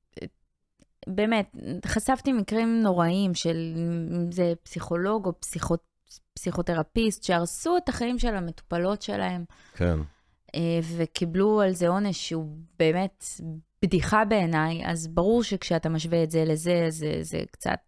באמת, חשפתי מקרים נוראים של אם זה פסיכולוג או פסיכו, פסיכותרפיסט, שהרסו את החיים של המטופלות שלהם, כן. אה, וקיבלו על זה עונש שהוא באמת בדיחה בעיניי, אז ברור שכשאתה משווה את זה לזה, זה, זה קצת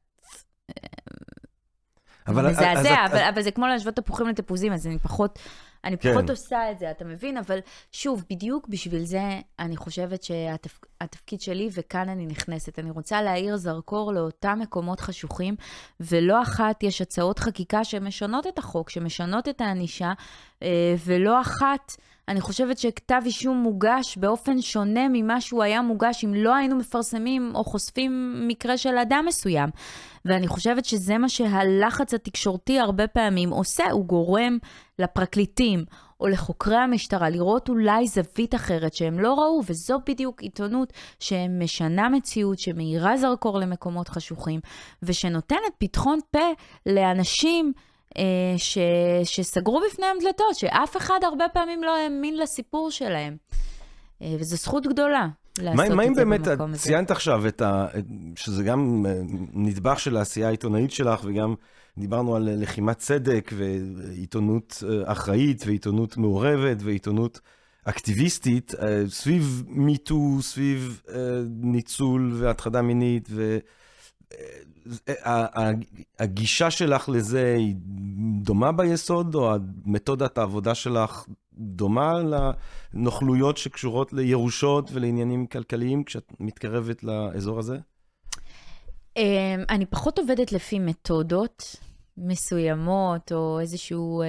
אבל- אז- מזעזע, אז- אבל, אבל זה כמו להשוות תפוחים לתפוזים, אז אני פחות, אני כן. פחות עושה את זה, אתה מבין? אבל שוב, בדיוק בשביל זה אני חושבת שהתפקיד שלי, וכאן אני נכנסת, אני רוצה להאיר זרקור לאותם מקומות חשוכים, ולא אחת יש הצעות חקיקה שמשנות את החוק, שמשנות את הענישה, אה, ולא אחת, אני חושבת שכתב אישום מוגש באופן שונה ממה שהוא היה מוגש, אם לא היינו מפרסמים או חושפים מקרה של אדם מסוים. ואני חושבת שזה מה שהלחץ התקשורתי הרבה פעמים עושה, הוא גורם לפרקליטים או לחוקרי המשטרה לראות אולי זווית אחרת שהם לא ראו, וזו בדיוק עיתונות שמשנה מציאות, שמאירה זרקור למקומות חשוכים, ושנותנת פתחון פה לאנשים אה, ש, שסגרו בפניהם דלתות, שאף אחד הרבה פעמים לא האמין לסיפור שלהם. אה, וזו זכות גדולה. מה מה אם באמת, את הזה. ציינת עכשיו את ה... שזה גם אה, נדבך של העשייה העיתונאית שלך, וגם דיברנו על לחימת צדק, ועיתונות אה, אחראית, ועיתונות מעורבת, ועיתונות אקטיביסטית, אה, סביב מיטו, סביב אה, ניצול והטרדה מינית, והגישה שלך לזה היא דומה ביסוד, או מתודת העבודה שלך דומה לנוכלויות שקשורות לירושות ולעניינים כלכליים כשאת מתקרבת לאזור הזה? אני פחות עובדת לפי מתודות מסוימות, או איזשהו,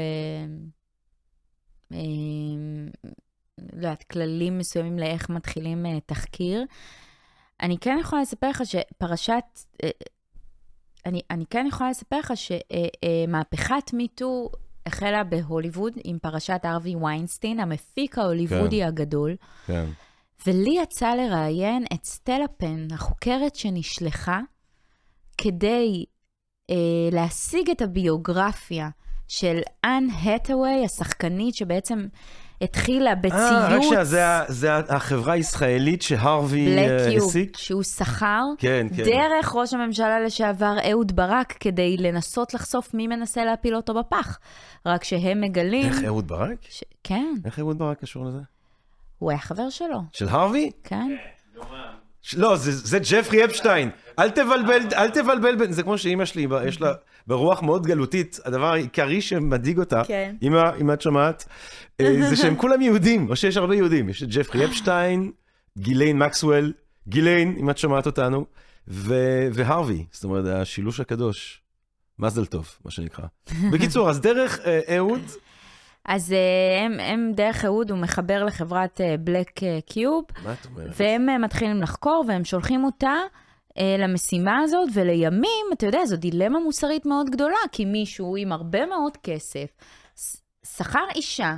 לא יודעת, כללים מסוימים לאיך מתחילים תחקיר. אני כן יכולה לספר לך שפרשת, אני, אני כן יכולה לספר לך שמהפכת מיטו החלה בהוליווד עם פרשת ארווי ויינסטיין, המפיק ההוליוודי כן. הגדול. כן. ולי יצא לראיין את סטלה פן, החוקרת שנשלחה, כדי אה, להשיג את הביוגרפיה של אן הטווי, השחקנית שבעצם התחילה בציוץ. אה, רק שנייה, זה, זה החברה הישראלית שהרווי הסיק? שהוא שכר, כן, כן. דרך ראש הממשלה לשעבר אהוד ברק, כדי לנסות לחשוף מי מנסה להפיל אותו בפח. רק שהם מגלים... איך אהוד ברק? ש... כן. איך אהוד ברק קשור לזה? הוא היה חבר שלו. של הרווי? כן. לא, זה, זה ג'פרי אפשטיין. אל תבלבל, אל תבלבל, זה כמו שאמא שלי, יש לה ברוח מאוד גלותית, הדבר העיקרי שמדאיג אותה, כן. אמא, אם את שומעת, זה שהם כולם יהודים, או שיש הרבה יהודים. יש את ג'פרי אפשטיין, גיליין מקסוול, גיליין, אם את שומעת אותנו, ו- והרווי, זאת אומרת, השילוש הקדוש. מזל טוב, מה שנקרא. בקיצור, אז דרך אהוד... אז הם, הם דרך אהוד, הוא מחבר לחברת בלק קיוב, מה את אומרת? והם מתחילים לחקור, והם שולחים אותה למשימה הזאת, ולימים, אתה יודע, זו דילמה מוסרית מאוד גדולה, כי מישהו עם הרבה מאוד כסף, שכר אישה,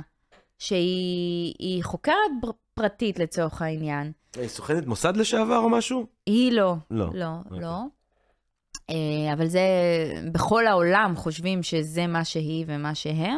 שהיא חוקרת פרטית לצורך העניין. היא סוכנת מוסד לשעבר או משהו? היא לא, לא, לא, לא. אבל זה, בכל העולם חושבים שזה מה שהיא ומה שהם,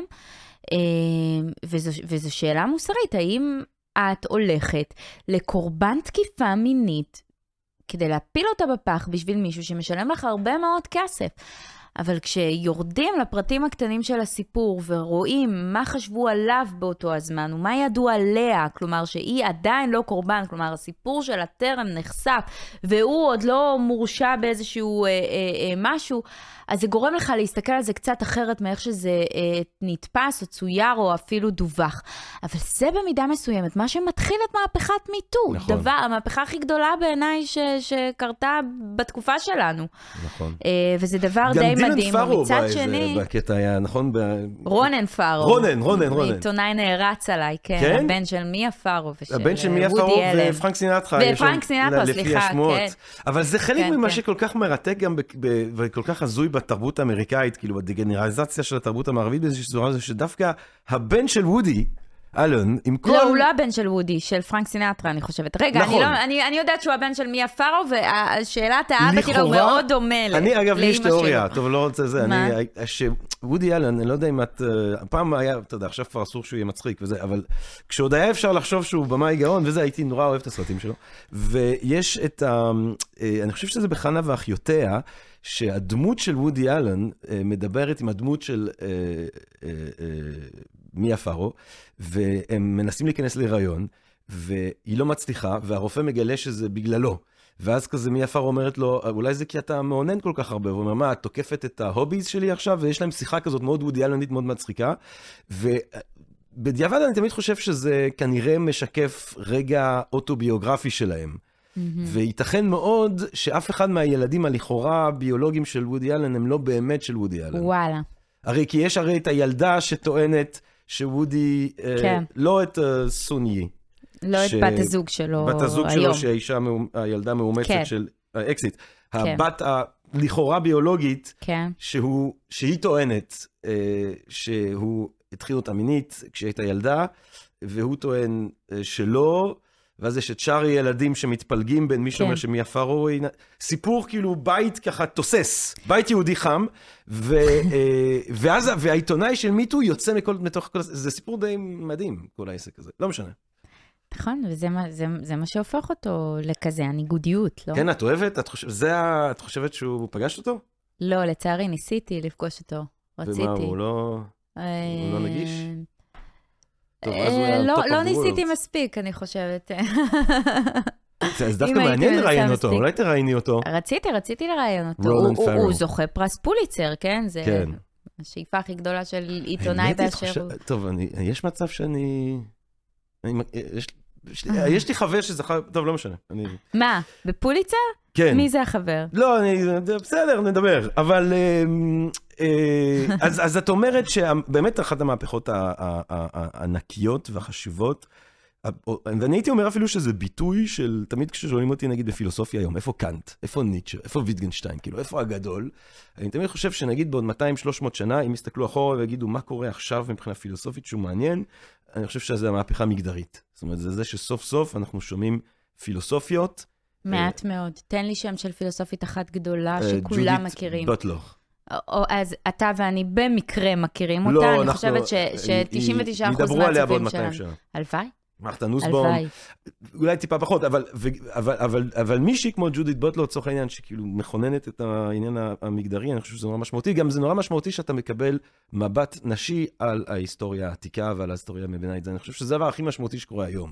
וזו, וזו שאלה מוסרית, האם את הולכת לקורבן תקיפה מינית, כדי להפיל אותה בפח בשביל מישהו שמשלם לך הרבה מאוד כסף. אבל כשיורדים לפרטים הקטנים של הסיפור ורואים מה חשבו עליו באותו הזמן ומה ידעו עליה, כלומר שהיא עדיין לא קורבן, כלומר הסיפור של הטרם נחשף והוא עוד לא מורשע באיזשהו אה, אה, אה, משהו, אז זה גורם לך להסתכל על זה קצת אחרת מאיך שזה אה, נתפס או צויר או אפילו דווח. אבל זה במידה מסוימת, מה שמתחיל את מהפכת מיטו. נכון. דבר, המהפכה הכי גדולה בעיניי ש, שקרתה בתקופה שלנו. נכון. אה, וזה דבר די מדהים. גם דילן פארו ומצד שני, בקטע היה, נכון? ב... רונן פארו. רונן, רונן, רונן. עיתונאי נערץ עליי, כן. כן? הבן של מיה פארו ושל הבן של מיה פארו ופרנק סינטרה. ופרנק סינטרה, סליחה, כן. אבל זה חלק כן, ממה כן. שכל כך מרתק גם ב- ב- וכל כך הזוי בתרבות האמריקאית, כאילו בדגנרליזציה של התרבות המערבית באיזושהי צורה, זה שדווקא הבן של וודי, אלון, עם כל... לא, הוא לא הבן של וודי, של פרנק סינטרה, אני חושבת. רגע, נכון. אני, לא, אני, אני יודעת שהוא הבן של מיה פארו, והשאלת האבא תראה, הוא מאוד דומה לאמא שלו. אני אגב, לי יש תיאוריה, טוב, לא רוצה זה, מה? אני, שוודי אלן, אני לא יודע אם את, הפעם היה, אתה יודע, עכשיו כבר אסור שהוא יהיה מצחיק וזה, אבל כשעוד היה אפשר לחשוב שהוא במאי גאון, וזה, הייתי נורא אוהב את הסרטים שלו, ויש את ה... אני חושב שזה בחנה ואחיותיה, שהדמות של וודי אלן מדברת עם הדמות של מיה פארו, והם מנסים להיכנס להיריון, והיא לא מצליחה, והרופא מגלה שזה בגללו. ואז כזה מיה פארו אומרת לו, אולי זה כי אתה מעונן כל כך הרבה, והוא אומר, מה, את תוקפת את ההוביז שלי עכשיו? ויש להם שיחה כזאת מאוד וודי אלנית, מאוד מצחיקה, ובדיעבד אני תמיד חושב שזה כנראה משקף רגע אוטוביוגרפי שלהם. וייתכן מאוד שאף אחד מהילדים הלכאורה הביולוגיים של וודי אלן הם לא באמת של וודי אלן. וואלה. הרי כי יש הרי את הילדה שטוענת שוודי, כן. אה, לא את uh, סוני. לא ש... את בת הזוג שלו בת הזוג היום. שלו שהאישה, הילדה מאומצת כן. של האקסיט. כן. הבת הלכאורה ביולוגית, כן. שהוא, שהיא טוענת אה, שהוא התחיל אותה מינית כשהייתה ילדה, והוא טוען אה, שלא, ואז יש את שאר ילדים שמתפלגים בין מי שאומר שמיה פארו, סיפור כאילו בית ככה תוסס, בית יהודי חם, ו, ואז והעיתונאי של מיטו יוצא מכל, מתוך כל, זה סיפור די מדהים, כל העסק הזה, לא משנה. נכון, וזה מה, זה, זה מה שהופך אותו לכזה, הניגודיות, לא? כן, את אוהבת? את, חושב, זה, את חושבת שהוא פגש אותו? לא, לצערי ניסיתי לפגוש אותו, רציתי. ומה, הוא לא, הוא לא נגיש? טוב, לא ניסיתי מספיק, אני חושבת. אז דווקא מעניין לראיין אותו, אולי תראייני אותו. רציתי, רציתי לראיין אותו. הוא זוכה פרס פוליצר, כן? זה השאיפה הכי גדולה של עיתונאי באשר. טוב, יש מצב שאני... יש לי חבר שזכה... טוב, לא משנה. מה? בפוליצר? כן. מי זה החבר? לא, בסדר, נדבר. אבל... אז את אומרת שבאמת אחת המהפכות הענקיות והחשיבות, ואני הייתי אומר אפילו שזה ביטוי של, תמיד כששואלים אותי נגיד בפילוסופיה היום, איפה קאנט, איפה ניטשה, איפה ויטגנשטיין, כאילו איפה הגדול, אני תמיד חושב שנגיד בעוד מאתיים שלוש מאות שנה, אם יסתכלו אחורה ויגידו מה קורה עכשיו מבחינה פילוסופית שהוא מעניין, אני חושב שזה המהפכה המגדרית. זאת אומרת, זה זה שסוף סוף אנחנו שומעים פילוסופיות. מעט מאוד. תן לי שם של פילוסופית אחת גדולה שכולם מכירים. ג'ודית בטלר. אז אתה ואני במקרה מכירים לא, אותה, אני אנחנו- חושבת ש-תשעים ותשעה אחוז ידברו עליה בעוד מהצופים מאתיים שלנו. שנה. הלוואי? מערכת הנוסבאום, הלוואי. אולי טיפה פחות, אבל, ו, אבל, אבל, אבל מישהי כמו ג'ודית בוטלר, לצורך העניין, שכאילו מכוננת את העניין המגדרי, אני חושב שזה נורא משמעותי. גם זה נורא משמעותי שאתה מקבל מבט נשי על ההיסטוריה העתיקה ועל ההיסטוריה מבינית. אני חושב שזה הדבר הכי משמעותי שקורה היום.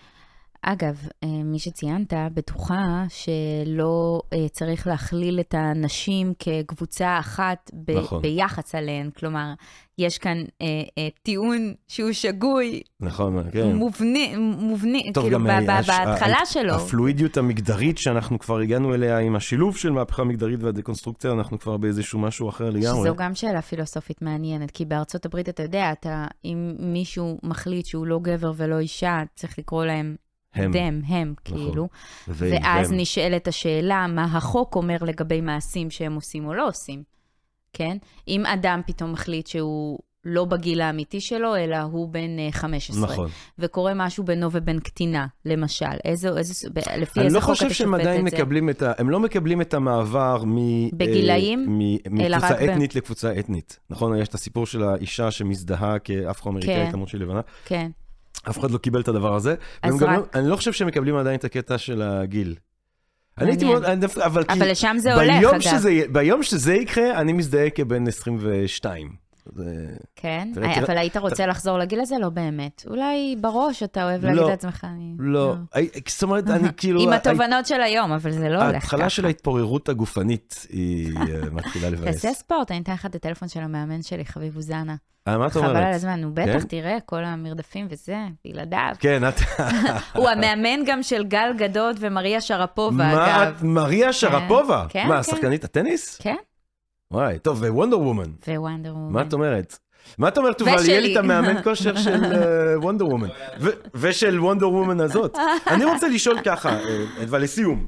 אגב, מי שציינת, בטוחה שלא צריך להכליל את הנשים כקבוצה אחת ב- נכון. ביחס עליהן. כלומר, יש כאן אה, אה, טיעון שהוא שגוי, נכון, כן. מובני, מובני, טוב, כאילו, גם ב- ב- הש- בהתחלה ה- שלו. הפלואידיות המגדרית שאנחנו כבר הגענו אליה עם השילוב של מהפכה המגדרית והדקונסטרוקציה, אנחנו כבר באיזשהו משהו אחר לגמרי. שזו גם שאלה פילוסופית מעניינת, כי בארצות הברית, אתה יודע, אתה, אם מישהו מחליט שהוא לא גבר ולא אישה, צריך לקרוא להם הם. דם, הם, נכון. כאילו. ו- ואז והם. נשאלת השאלה, מה החוק אומר לגבי מעשים שהם עושים או לא עושים, כן? אם אדם פתאום מחליט שהוא לא בגיל האמיתי שלו, אלא הוא בן אה, חמש עשרה. נכון. וקורה משהו בינו ובין קטינה, למשל. איזו, איזו, ב- לפי אני איזה לא חוק חושב אתה שהם שופט עדיין את זה? מקבלים את ה... הם לא מקבלים את המעבר מ... בגילאים? אה, מ- אלא מקבוצה רק ב- אתנית לקבוצה אתנית. נכון? יש את הסיפור של האישה שמזדהה כאפרו-אמריקאית, כן. למרות שהיא לבנה. כן. אף אחד לא קיבל את הדבר הזה. אז והם גם רק- לא- אני לא חושב שהם מקבלים עדיין את הקטע של הגיל. אני הייתי מעניין. מאוד... אני דווקא- אבל כי- אבל לשם זה הולך, ביום אגב. שזה- ביום שזה יקרה, אני מזדהה כבן עשרים ושתיים. זה... כן? תראה, אה, תראה- אבל היית רוצה לחזור לגיל הזה? לא באמת. אולי בראש אתה אוהב להגיד לא. לעצמך. אני- לא. הי- זאת אומרת, אני כאילו... עם הי- התובנות של היום, אבל זה לא הולך ככה. ההתחלה של ההתפוררות הגופנית היא אה, מתחילה לבאס. תעשה ספורט, אני אתן לך את הטלפון של המאמן שלי, חביב אוזנה. אה, מה את אומרת? חבל על הזמן, נו בטח, כן? תראה, כל המרדפים וזה, בלעדיו. כן, את... הוא המאמן גם של גל גדות ומריה שרפובה, מה אגב. את? מריה שרפובה? כן, מה, כן. שחקנית הטניס? כן, וואי, טוב, ווונדר וומן. ווונדר וומן. מה את אומרת? מה את אומרת, תובל? ושלי. יהיה לי את המאמן כושר של וונדר וומן. ושל וונדר וומן הזאת. אני רוצה לשאול ככה, אה, אבל לסיום,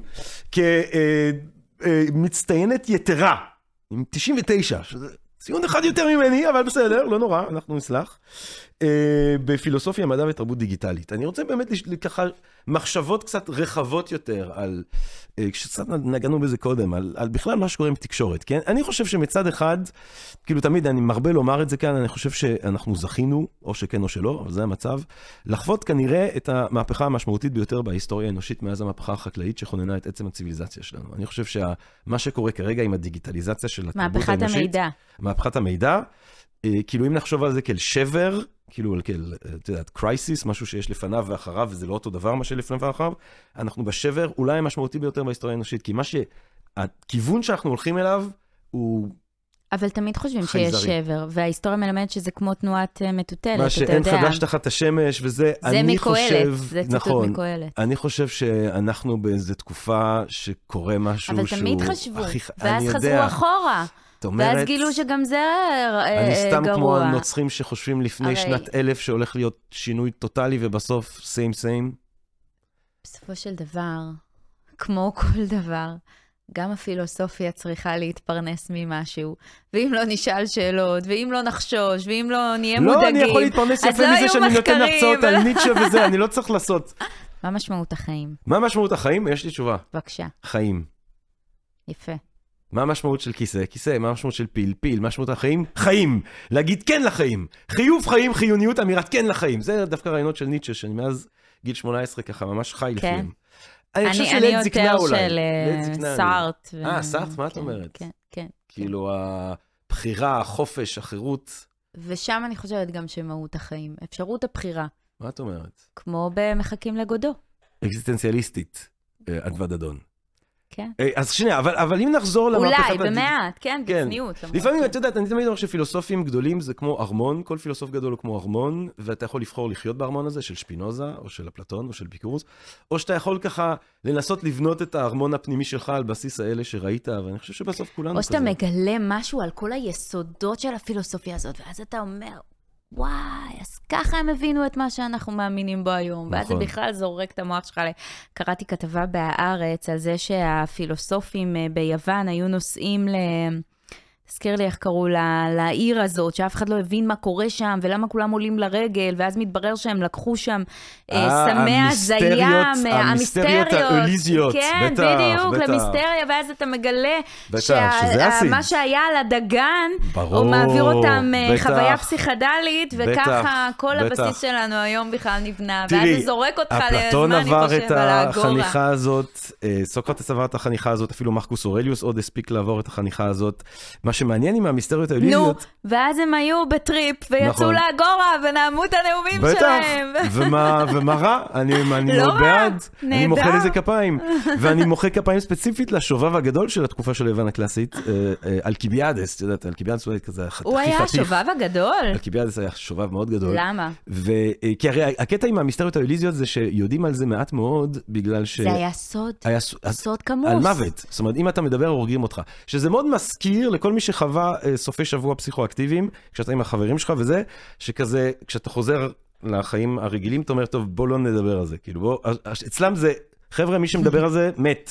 כמצטיינת יתרה, עם תשעים ותשע, שזה ציון אחד יותר ממני, אבל בסדר, לא נורא, אנחנו נסלח, אה, בפילוסופיה, מדע ותרבות דיגיטלית. אני רוצה באמת לש- ככה מחשבות קצת רחבות יותר על, אה, כשקצת נגענו בזה קודם, על, על בכלל מה שקורה עם תקשורת, כן? אני חושב שמצד אחד, כאילו תמיד אני מרבה לומר את זה כאן, אני חושב שאנחנו זכינו, או שכן או שלא, אבל זה המצב, לחוות כנראה את המהפכה המשמעותית ביותר בהיסטוריה האנושית מאז המהפכה החקלאית שכוננה את עצם הציביליזציה שלנו. אני חושב שמה שקורה כרגע עם הדיגיטליזציה של התרבות מהפכת האנושית, המידע. מהפכת המידע, אה, כאילו אם נחשוב על זה כאל שבר, כאילו על כאל, את יודעת, קרייסיס, משהו שיש לפניו ואחריו, וזה לא אותו דבר מה שלפניו ואחריו, אנחנו בשבר אולי המשמעותי ביותר בהיסטוריה האנושית, כי מה שהכיוון שאנחנו הולכים אליו הוא אבל תמיד חושבים שיש חייזרי. שבר, וההיסטוריה מלמדת שזה כמו תנועת אה, מטוטלת, מה אתה שאין יודע. חדש תחת השמש, וזה, זה אני מקהלת, חושב, זה ציטוט נכון, מקהלת. אני חושב שאנחנו באיזו תקופה שקורה משהו אבל שהוא... תמיד חשבו, הכי- ואז אני חזרו יודע. אחורה. את אומרת, ואז גילו שגם זה אה, אני אה, סתם כמו גרוע. הנוצרים שחושבים לפני הרי- שנת אלף שהולך להיות שינוי טוטלי, ובסוף סיים סיים. בסופו של דבר, כמו כל דבר, גם הפילוסופיה צריכה להתפרנס ממשהו, ואם לא נשאל שאלות, ואם לא נחשוש, ואם לא נהיה לא, מודאגים, אני יכול להתפרנס אז יפה לא מזה היו שאני נותן מחקרים. הרצאות על ניטשה וזה, אני לא צריך לעשות. מה משמעות החיים? מה משמעות החיים? יש לי תשובה. בבקשה, חיים. יפה. מה המשמעות של כיסא? כיסא. מה המשמעות של פיל? פיל. מה משמעות החיים? חיים. להגיד כן לחיים. חיוב חיים, חיוניות, אמירת כן לחיים. זה דווקא רעיונות של ניטשה, שאני מאז גיל שמונה עשרה ככה ממש חי לפיהם. אני חושב אני שלעת אני זקנה יותר אולי. של לעת אה, זקנה אני- סארט. ו- אה, סארט? מה את כן, אומרת? כן, כן. כאילו הבחירה, החופש, החירות. ושם אני חושבת גם שמהות החיים. אפשרות הבחירה, מה את אומרת? כמו במחכים לגודו. אקזיסטנציאליסטית, אה, אדוה דדון. כן. אה, אז שנייה, אבל, אבל אם נחזור למהפכת... אולי, הדיג- במעט, כן, כן. בצניעות. למרות לפעמים, ש- את יודעת, אני תמיד אומר שפילוסופים גדולים זה כמו ארמון, כל פילוסוף גדול הוא כמו ארמון, ואתה יכול לבחור לחיות בארמון הזה, של שפינוזה, או של אפלטון, או של פיקורוס, או שאתה יכול ככה לנסות לבנות את הארמון הפנימי שלך על בסיס האלה שראית, ואני חושב שבסוף כולנו או שאתה כזה. מגלה משהו על כל היסודות של הפילוסופיה הזאת, ואז אתה אומר, וואי, אז ככה הם הבינו את מה שאנחנו מאמינים בו היום, ואז זה נכון. בכלל זורק את המוח שלך. ל- קראתי כתבה בהארץ על זה שהפילוסופים אה, ביוון היו נוסעים ל... תזכיר לי איך קראו לה, לעיר הזאת, שאף אחד לא הבין מה קורה שם, ולמה כולם עולים לרגל, ואז מתברר שהם לקחו שם סמי הזיה, המיסטריות האוליזיות, כן, בטח, בדיוק, בטח. למיסטריה, ואז אתה מגלה שזה מה שהיה על הדגן, ברור, או מעביר אותם בטח, חוויה פסיכדלית, וככה בטח, כל בטח. הבסיס שלנו היום בכלל נבנה, תראי, ואז זה זורק אותך אפלטון לזמן, עבר אני את חושב, על האגורה. החניכה הזאת, סוקרטס עבר את החניכה הזאת, אפילו מרקוס אורליוס עוד הספיק לעבור את החניכה הזאת. מה שמעניין עם המיסטריות האוליזיות... נו, ואז הם היו בטריפ, ויצאו נכון. לאגורה, ונעמו את הנאומים בטח, שלהם. ומה, ומה רע? אני, אני לא מאוד רע, בעד. נהדר. אני מוחא לזה כפיים. ואני מוחא כפיים ספציפית לשובב הגדול של התקופה של היוון הקלאסית, אלקיביאדס, את יודעת, אלקיביאדס הוא כזה הכי חתיך. הוא היה השובב הגדול? אלקיביאדס היה שובב מאוד גדול. למה? כי הרי הקטע עם המיסטריות האוליזיות זה שיודעים על זה מעט מאוד, בגלל ש... זה היה סוד, היה סוד כמוס. על מוות. זאת אומרת, אם אתה מדבר, הורגים אותך. שזה מאוד מזכיר לכל מי שחווה סופי שבוע פסיכואקטיביים, כשאתה עם החברים שלך וזה, שכזה, כשאתה חוזר לחיים הרגילים, אתה אומר, טוב, בוא לא נדבר על זה. כאילו, בוא, אצלם זה, חבר'ה, מי שמדבר על זה, מת.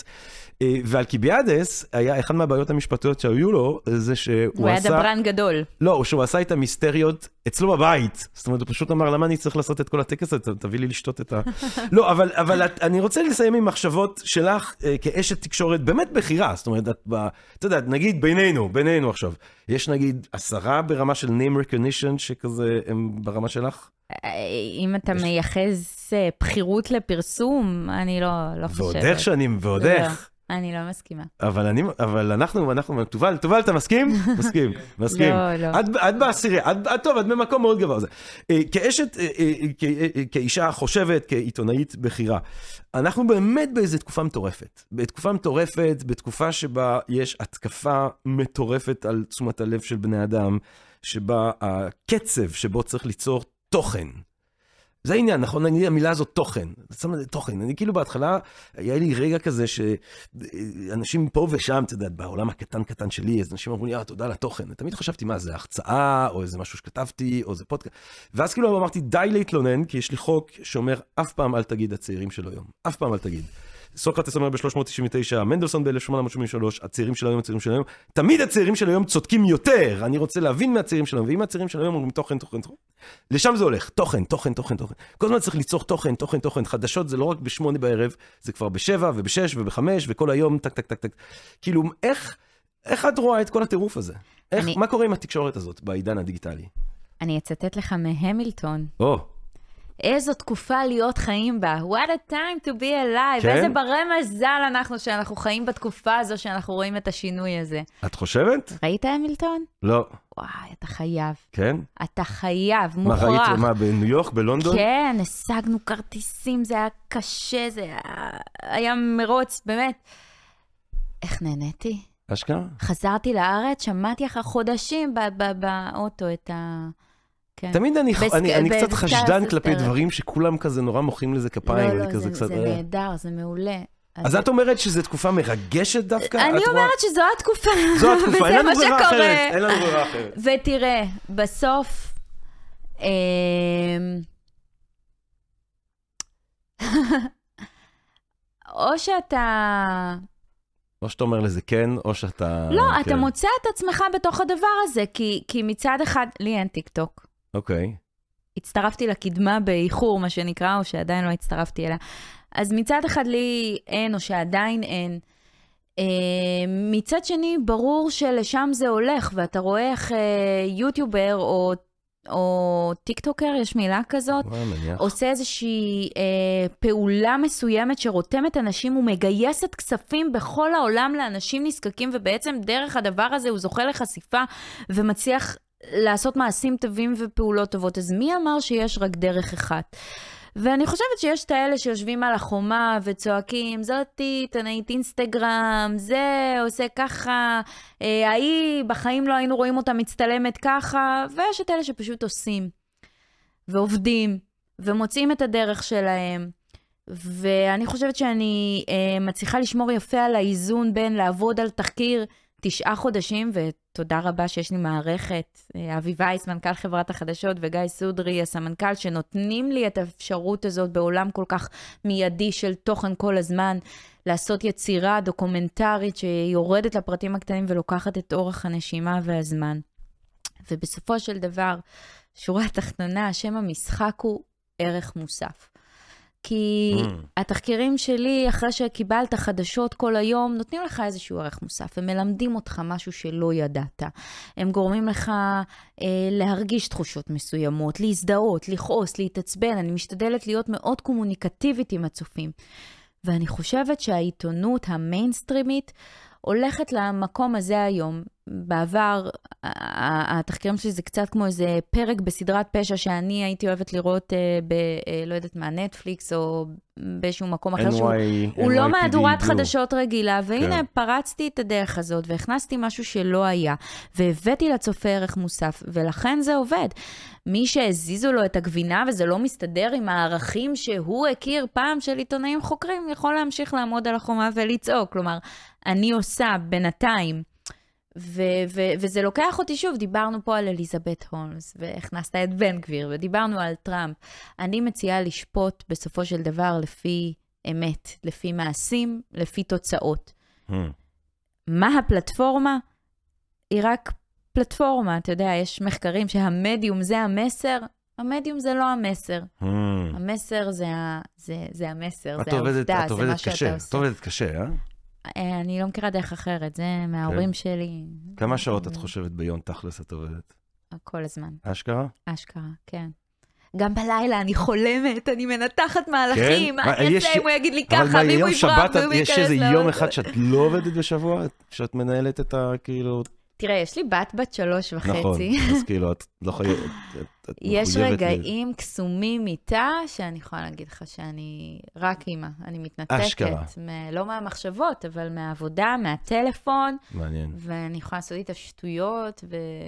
ואלקיביאדס היה אחד מהבעיות המשפטיות שהיו לו, זה שהוא עשה... הוא היה דברן גדול. לא, שהוא עשה את המיסטריות אצלו בבית. זאת אומרת, הוא פשוט אמר, למה אני צריך לעשות את כל הטקס הזה? תביא לי לשתות את ה... לא, אבל, אבל אני רוצה לסיים עם מחשבות שלך כאשת תקשורת, באמת בחירה. זאת אומרת, אתה יודע, נגיד בינינו, בינינו עכשיו, יש נגיד עשרה ברמה של name recognition שכזה הם ברמה שלך? אם אתה מייחס בחירות לפרסום, אני לא, לא חושבת. ועוד איך שנים, ועוד איך. אני לא מסכימה. אבל אני, אבל אנחנו, אנחנו, תובל, תובל, אתה מסכים? מסכים, מסכים. לא, לא. עד, עד בעשירי, עד, עד טוב, עד במקום מאוד גבוה. כאשת, כאישה חושבת, כעיתונאית בחירה, אנחנו באמת באיזו תקופה מטורפת. בתקופה מטורפת, בתקופה שבה יש התקפה מטורפת על תשומת הלב של בני אדם, שבה הקצב שבו צריך ליצור תוכן. זה העניין, נכון? נגיד המילה הזאת תוכן. תוכן. אני כאילו בהתחלה, היה לי רגע כזה שאנשים פה ושם, אתה יודע, בעולם הקטן קטן שלי, אז אנשים אמרו לי, אה, תודה לתוכן. תמיד חשבתי, מה, זה החצאה, או איזה משהו שכתבתי, או זה פודקאסט. ואז כאילו אמרתי, די להתלונן, כי יש לי חוק שאומר, אף פעם אל תגיד הצעירים של היום. אף פעם אל תגיד. סוקרטס אומר ב-שלוש מאות תשעים ותשע, מנדלסון ב-אלף שמונה מאות שמונים ושלוש, הצעירים של היום, הצעירים של היום, תמיד הצעירים של היום צודקים יותר. אני רוצה להבין מהצעירים של היום, ואם הצעירים של היום אומרים תוכן, תוכן, תוכן. לשם זה הולך, תוכן, תוכן, תוכן, תוכן. כל הזמן צריך ליצור תוכן, תוכן, תוכן. חדשות זה לא רק בשמונה בערב, זה כבר בשבע ובשש ובחמש, וכל היום, טק, טק, טק, טק. כאילו, איך, איך את רואה את כל הטירוף הזה? איך, אני... מה קורה עם התקשורת הזאת בעידן הדיגיטלי? אני אצטט לך מהמילטון. או. איזו תקופה להיות חיים בה. What a time to be alive. כן? איזה ברי מזל אנחנו שאנחנו חיים בתקופה הזו, שאנחנו רואים את השינוי הזה. את חושבת? ראית המילטון? לא. וואי, אתה חייב. כן? אתה חייב, מוכרח. מה ראית? מה, בניו יורק, בלונדון? כן, השגנו כרטיסים, זה היה קשה, זה היה, היה מרוץ, באמת. איך נהניתי? אשכרה? חזרתי לארץ, שמעתי אחרי חודשים באוטו את ה... כן. תמיד אני, בסק... אני, אני קצת חשדן כלפי דברים שכולם כזה נורא מוחאים לזה כפיים. לא, לא, כזה זה, קצת... זה נהדר, זה מעולה. אז, אז את אומרת שזו תקופה מרגשת דווקא? אני אומרת רואה... שזו התקופה. זו התקופה, אין לנו ברירה אחרת. אין לנו ברירה אחרת. ותראה, בסוף... או שאתה... או שאתה אומר לזה כן, או שאתה... לא, כן. אתה מוצא את עצמך בתוך הדבר הזה, כי, כי מצד אחד, לי אין טיק טוק. אוקיי. הצטרפתי לקדמה באיחור, מה שנקרא, או שעדיין לא הצטרפתי אליה. אז מצד אחד לי אין, או שעדיין אין. מצד שני, ברור שלשם זה הולך, ואתה רואה איך יוטיובר או או טיקטוקר, יש מילה כזאת, עושה איזושהי אה, פעולה מסוימת שרותמת אנשים ומגייסת כספים בכל העולם לאנשים נזקקים, ובעצם דרך הדבר הזה הוא זוכה לחשיפה ומצליח לעשות מעשים טובים ופעולות טובות. אז מי אמר שיש רק דרך אחת? ואני חושבת שיש את האלה שיושבים על החומה וצועקים, זאתי, עיתונאית אינסטגרם, זה עושה ככה, ההיא, בחיים לא היינו רואים אותה מצטלמת ככה, ויש את אלה שפשוט עושים, ועובדים, ומוצאים את הדרך שלהם, ואני חושבת שאני מצליחה לשמור יפה על האיזון בין לעבוד על תחקיר תשעה חודשים, ותודה רבה שיש לי מערכת, אבי וייס, מנכ"ל חברת החדשות, וגיא סודרי, הסמנכ"ל, שנותנים לי את האפשרות הזאת בעולם כל כך מיידי של תוכן כל הזמן, לעשות יצירה דוקומנטרית שיורדת לפרטים הקטנים ולוקחת את אורך הנשימה והזמן. ובסופו של דבר, שורה התחתונה, שם המשחק הוא ערך מוסף. כי mm. התחקירים שלי, אחרי שקיבלת חדשות כל היום, נותנים לך איזשהו ערך מוסף. הם מלמדים אותך משהו שלא ידעת. הם גורמים לך אה, להרגיש תחושות מסוימות, להזדהות, לכעוס, להתעצבן. אני משתדלת להיות מאוד קומוניקטיבית עם הצופים. ואני חושבת שהעיתונות המיינסטרימית הולכת למקום הזה היום. בעבר, התחקירים שלי זה קצת כמו איזה פרק בסדרת פשע שאני הייתי אוהבת לראות ב, לא יודעת מה, נטפליקס או באיזשהו מקום אחר שהוא הוא לא מהדורת חדשות רגילה, והנה פרצתי את הדרך הזאת והכנסתי משהו שלא היה, והבאתי לצופה ערך מוסף, ולכן זה עובד. מי שהזיזו לו את הגבינה וזה לא מסתדר עם הערכים שהוא הכיר פעם של עיתונאים חוקרים, יכול להמשיך לעמוד על החומה ולצעוק. כלומר, אני עושה בינתיים, ו- ו- וזה לוקח אותי שוב, דיברנו פה על אליזבת הולמס, והכנסת את בן גביר, ודיברנו על טראמפ. אני מציעה לשפוט בסופו של דבר לפי אמת, לפי מעשים, לפי תוצאות. Hmm. מה הפלטפורמה? היא רק פלטפורמה, אתה יודע, יש מחקרים שהמדיום זה המסר, המדיום זה לא המסר. Hmm. המסר זה, ה- זה, זה המסר, זה העובדה, זה מה שאתה עושה. את עובדת קשה, אה? אני לא מכירה דרך אחרת, זה מההורים שלי. כמה שעות את חושבת ביום תכלס את עובדת? כל הזמן. אשכרה? אשכרה, כן. גם בלילה אני חולמת, אני מנתחת מהלכים, אני אעשה אם הוא יגיד לי ככה, ואם הוא יברח, ואם הוא ייכנס יש איזה יום אחד שאת לא עובדת בשבוע? שאת מנהלת את ה, כאילו... תראה, יש לי בת בת שלוש וחצי. נכון, אז כאילו, את לא חייבת... יש רגעים קסומים איתה, שאני יכולה להגיד לך שאני רק אימא. אני מתנתקת. אשכרה. לא מהמחשבות, אבל מהעבודה, מהטלפון. מעניין. ואני יכולה לעשות איתה שטויות,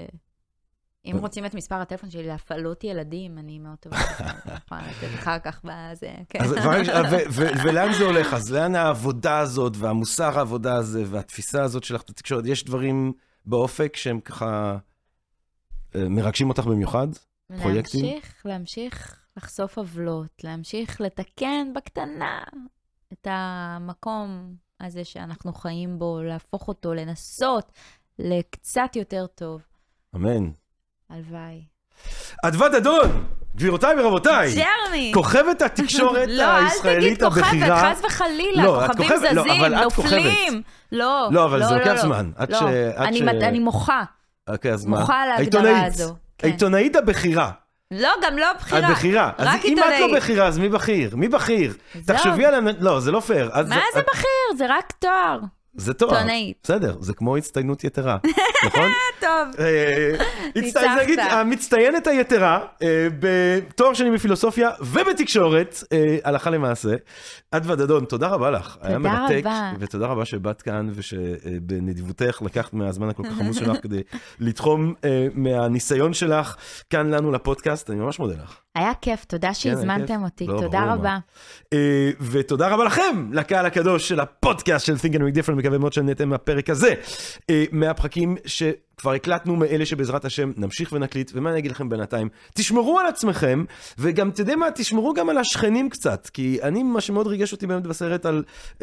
ואם רוצים את מספר הטלפון שלי להפעלות ילדים, אני מאוד טובה. אני יכולה לתת אחר כך בזה, כן. ולאן זה הולך? אז לאן העבודה הזאת, והמוסר העבודה הזה, והתפיסה הזאת שלך בתקשורת, יש דברים באופק שהם ככה מרגשים אותך במיוחד? פרויקטים? להמשיך, להמשיך לחשוף עוולות, להמשיך לתקן בקטנה את המקום הזה שאנחנו חיים בו, להפוך אותו, לנסות לקצת יותר טוב. אמן. הלוואי. אדוה דדון, גבירותיי ורבותיי. ג'רמי. כוכבת התקשורת הישראלית הבכירה. לא, אל תגיד כוכבת, חס וחלילה. כוכבים זזים, נופלים. לא, לא, אבל זה לוקח זמן. לא, אני מוחה. אוקיי, אז מה? מוחה על ההגדרה הזו. העיתונאית הבכירה. לא, גם לא בכירה. את בכירה. אז אם את לא בכירה, אז מי בכיר? מי בכיר? תחשבי על... לא, זה לא פייר. מה זה בכיר? זה רק תואר. זה תואר. עיתונאית. בסדר, זה כמו הצטיינות יתרה, נכון? טוב. ניצחת. המצטיינת היתרה, בתואר שני בפילוסופיה ובתקשורת, הלכה למעשה. אדוה דדון, תודה רבה לך. היה מרתק, ותודה רבה שבאת כאן, ושבנדיבותך לקחת מהזמן הכל כך עמוס שלך, כדי לתחום מהניסיון שלך כאן לנו לפודקאסט. אני ממש מודה לך. היה כיף, תודה שהזמנתם אותי, תודה רבה. ותודה רבה לכם, לקהל הקדוש של הפודקאסט של Think and Make Different, מקווה מאוד שנהנתם מהפרק הזה, מהפרקים שכבר הקלטנו מאלה שבעזרת השם נמשיך ונקליט, ומה אני אגיד לכם בינתיים, תשמרו על עצמכם, וגם תדע מה, תשמרו גם על השכנים קצת, כי אני, מה שמאוד ריגש אותי באמת בסרט על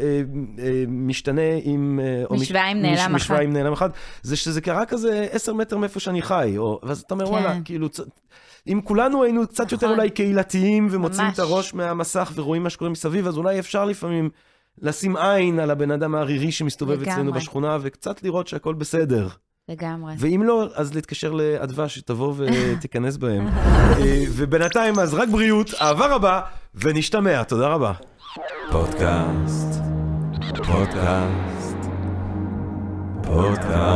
משתנה עם... משוואה עם נעלם אחד. משוואה עם נעלם אחד, זה שזה קרה כזה עשר מטר מאיפה שאני חי, ואז אתה אומר, וואלה, כאילו... אם כולנו היינו קצת יותר אולי קהילתיים ומוצאים את הראש מהמסך ורואים מה שקורה מסביב, אז אולי אפשר לפעמים לשים עין על הבן אדם הערירי שמסתובב אצלנו בשכונה, וקצת לראות שהכל בסדר. לגמרי. ואם לא, אז להתקשר לאדווה שתבוא ותיכנס בהם. ובינתיים אז רק בריאות, אהבה רבה, ונשתמע. תודה רבה. פודקאסט, פודקאסט, פודקאסט.